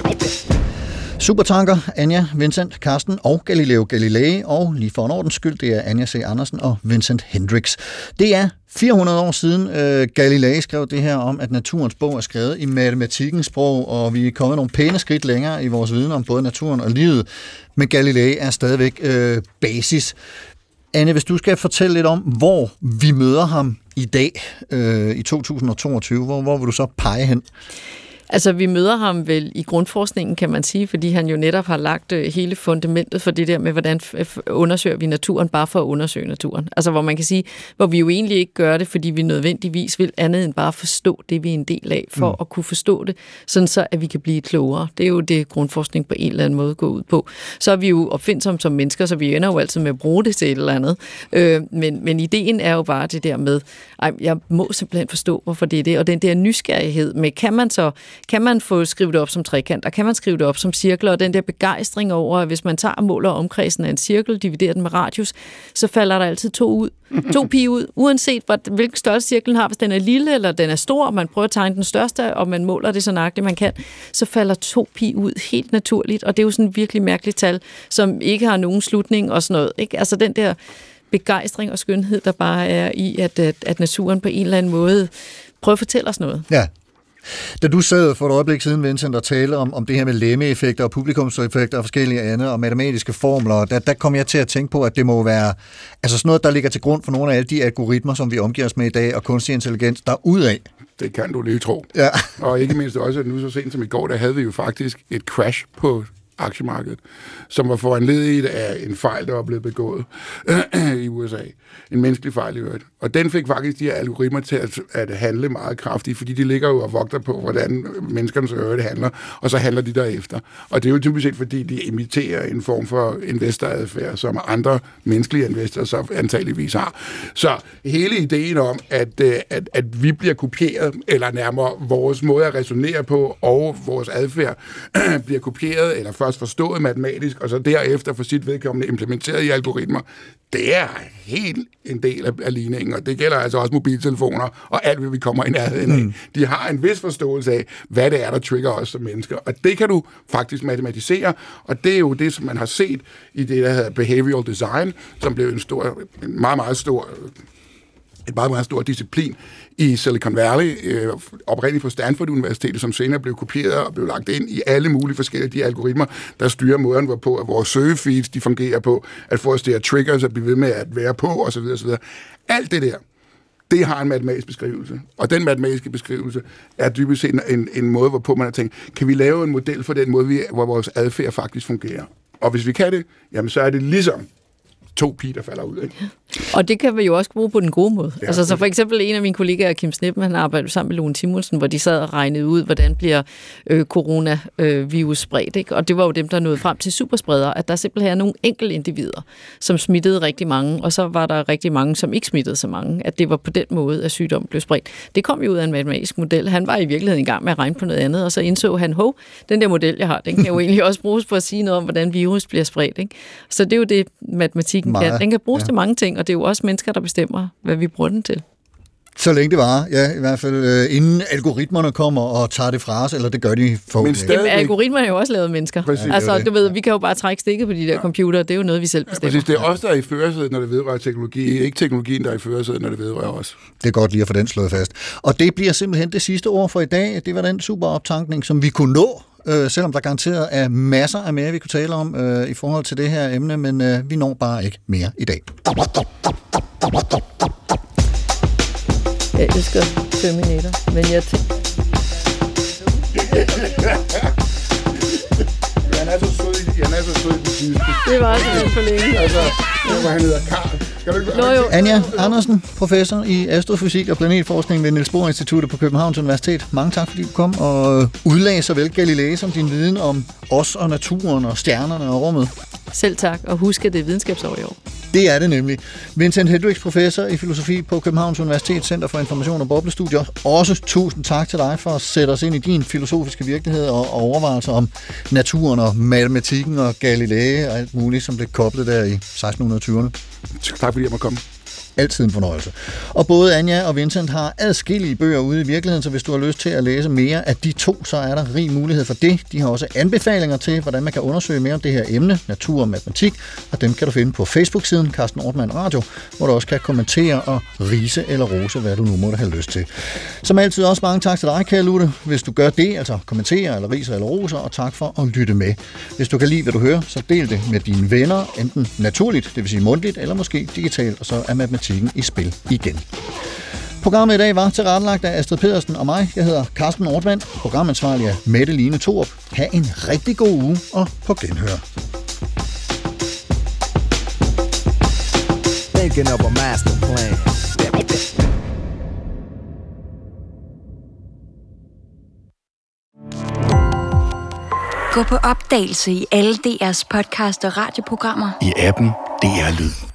[SPEAKER 2] Supertanker, Anja, Vincent, Carsten og Galileo Galilei, og lige for en ordens skyld, det er Anja C. Andersen og Vincent Hendricks. Det er fire hundrede år siden øh, Galilei skrev det her om, at naturens bog er skrevet i matematikkens sprog, og vi er kommet nogle pæne skridt længere i vores viden om både naturen og livet, men Galilei er stadigvæk øh, basis. Anne, hvis du skal fortælle lidt om, hvor vi møder ham i dag, øh, i to tusind toogtyve, hvor, hvor vil du så pege hen?
[SPEAKER 5] Altså, vi møder ham vel i grundforskningen, kan man sige, fordi han jo netop har lagt hele fundamentet for det der med, hvordan undersøger vi naturen, bare for at undersøge naturen. Altså, hvor man kan sige, hvor vi jo egentlig ikke gør det, fordi vi nødvendigvis vil andet end bare forstå det, vi er en del af, for mm. at kunne forstå det, sådan så, at vi kan blive klogere. Det er jo det, grundforskning på en eller anden måde går ud på. Så er vi jo opfindsomme som mennesker, så vi ender jo altid med at bruge det til et eller andet. Øh, men, men ideen er jo bare det der med, ej, jeg må simpelthen forstå, hvorfor det er det, og den der nysgerrighed med, kan man så Kan man få skrive det op som trekanter? Kan man skrive det op som cirkler? Og den der begejstring over, at hvis man tager og måler omkredsen af en cirkel, dividerer den med radius, så falder der altid to ud. To pi ud, uanset hvilken størrelse cirklen har. Hvis den er lille eller den er stor, og man prøver at tegne den største, og man måler det så nøjagtigt man kan, så falder to pi ud helt naturligt. Og det er jo sådan et virkelig mærkeligt tal, som ikke har nogen slutning og sådan noget. Ikke? Altså den der begejstring og skønhed, der bare er i, at, at, at naturen på en eller anden måde prøver at fortælle os noget.
[SPEAKER 2] Ja. Da du sad for et øjeblik siden, Vincent, og talte om, om det her med lemmeeffekter og publikumseffekter og forskellige andre og matematiske formler, der, der kom jeg til at tænke på, at det må være altså sådan noget, der ligger til grund for nogle af alle de algoritmer, som vi omgiver os med i dag, og kunstig intelligens derudad.
[SPEAKER 6] Det kan du lige tro.
[SPEAKER 2] Ja.
[SPEAKER 6] Og ikke mindst også, at nu så sent som i går, der havde vi jo faktisk et crash på aktiemarkedet, som var foranlediget af en fejl, der var blevet begået i U S A. En menneskelig fejl i øvrigt. Og den fik faktisk de her algoritmer til at, at handle meget kraftigt, fordi de ligger jo og vogter på, hvordan menneskernes øvrigt handler, og så handler de derefter. Og det er jo typisk set, fordi de imiterer en form for investoradfærd, som andre menneskelige investorer så antageligvis har. Så hele ideen om, at, at, at vi bliver kopieret, eller nærmere vores måde at resonere på, og vores adfærd bliver kopieret, eller først forstået matematisk, og så derefter for sit vedkommende implementeret i algoritmer, det er helt en del af, af ligningen, og det gælder altså også mobiltelefoner og alt, hvad vi kommer i nærheden af. Mm. De har en vis forståelse af, hvad det er, der trigger os som mennesker, og det kan du faktisk matematisere, og det er jo det, som man har set i det, der hedder behavioral design, som blev en, stor, en meget, meget stor et meget, meget stor disciplin i Silicon Valley, øh, oprindeligt på Stanford Universitetet, som senere blev kopieret og blev lagt ind i alle mulige forskellige de algoritmer, der styrer måden, hvorpå at vores søgefeeds, de fungerer på, at få os det her triggers at blive ved med at være på, osv. osv. Alt det der, det har en matematisk beskrivelse. Og den matematiske beskrivelse er dybest set en, en måde, hvorpå man har tænkt, kan vi lave en model for den måde, vi, hvor vores adfærd faktisk fungerer? Og hvis vi kan det, jamen så er det ligesom to piger, der falder ud. Ikke?
[SPEAKER 5] Og det kan vi jo også bruge på den gode måde. Ja. Altså, så for eksempel en af mine kollegaer, Kim Snippen, han arbejdede sammen med Lone Simonsen, hvor de sad og regnede ud, hvordan bliver øh, coronavirus spredt. Ikke? Og det var jo dem, der nåede frem til superspredere, at der simpelthen er nogle enkelte individer, som smittede rigtig mange, og så var der rigtig mange, som ikke smittede så mange. At det var på den måde, at sygdommen blev spredt. Det kom jo ud af en matematisk model. Han var i virkeligheden i gang med at regne på noget andet, og så indså han, hov, den der model, jeg har, den kan jo egentlig også bruges på at sige noget om, hvordan virus bliver spredt. Ikke? Så det er jo det, matematikken
[SPEAKER 2] Meget.
[SPEAKER 5] kan. Den kan bruges
[SPEAKER 2] Ja.
[SPEAKER 5] til mange ting, og det er jo også mennesker, der bestemmer, hvad vi bruger den til.
[SPEAKER 2] Så længe det varer, ja, i hvert fald øh, inden algoritmerne kommer og tager det fra os, eller det gør de for.
[SPEAKER 6] Men stadig-
[SPEAKER 5] Jamen, algoritmer er jo også lavet mennesker.
[SPEAKER 6] Præcis.
[SPEAKER 5] Altså,
[SPEAKER 2] Det er
[SPEAKER 5] du ved, vi kan jo bare trække stikket på de der ja. computere, det er jo noget, vi selv bestemmer.
[SPEAKER 6] Præcis, det er os, der er i førersædet, når det vedrører teknologi. Ikke teknologien, der er i førersædet, når det vedrører os.
[SPEAKER 2] Det er godt lige at få den slået fast. Og det bliver simpelthen det sidste ord for i dag. Det var den super optankning, som vi kunne nå, øh, selvom der garanteret er masser af mere, vi kunne tale om øh, i forhold til det her emne, men øh, vi når bare ikke mere i dag.
[SPEAKER 5] Jeg elsker Terminator, men jeg tænker...
[SPEAKER 6] Han er så sød i, han er så sød i den sidste.
[SPEAKER 5] Det var også lidt for længe.
[SPEAKER 6] Altså, det var han hedder Karl. Skal du ikke...
[SPEAKER 5] Nå jo.
[SPEAKER 2] Anja Andersen, professor i astrofysik og planetforskning ved Niels Bohr Instituttet på Københavns Universitet. Mange tak, fordi du kom og udlagde såvel Galilei som din viden om os og naturen og stjernerne og rummet.
[SPEAKER 5] Selv tak, og husk, at det er videnskabsår i år.
[SPEAKER 2] Det er det nemlig. Vincent Hendricks, professor i filosofi på Københavns Universitet, Center for Information og Boblestudier. Også tusind tak til dig for at sætte os ind i din filosofiske virkelighed og overvejelser om naturen og matematikken og Galilei og alt muligt, som blev koblet der i seksten tyverne.
[SPEAKER 6] Tak fordi jeg måtte komme.
[SPEAKER 2] Altid en fornøjelse. Og både Anja og Vincent har adskillige bøger ude i virkeligheden, så hvis du har lyst til at læse mere af de to, så er der rig mulighed for det. De har også anbefalinger til, hvordan man kan undersøge mere om det her emne, natur og matematik, og dem kan du finde på Facebook-siden Carsten Ortmann Radio, hvor du også kan kommentere og rise eller rose, hvad du nu måtte have lyst til. Som altid også mange tak til dig, kære Lutte, hvis du gør det, altså kommenterer eller riser eller roser, og tak for at lytte med. Hvis du kan lide, hvad du hører, så del det med dine venner, enten naturligt, det vil sige mundtligt, eller måske digitalt, og så er matematik i spil igen. Programmet i dag var tilrettelagt af Astrid Pedersen og mig. Jeg hedder Carsten Ortmann. Programansvarlig er Mette Line Thorup. Ha' en rigtig god uge og på genhør.
[SPEAKER 9] Thinking of a master plan.
[SPEAKER 10] Gå på opdagelse i alle D R's podcast og radioprogrammer.
[SPEAKER 1] I appen D R Lyd.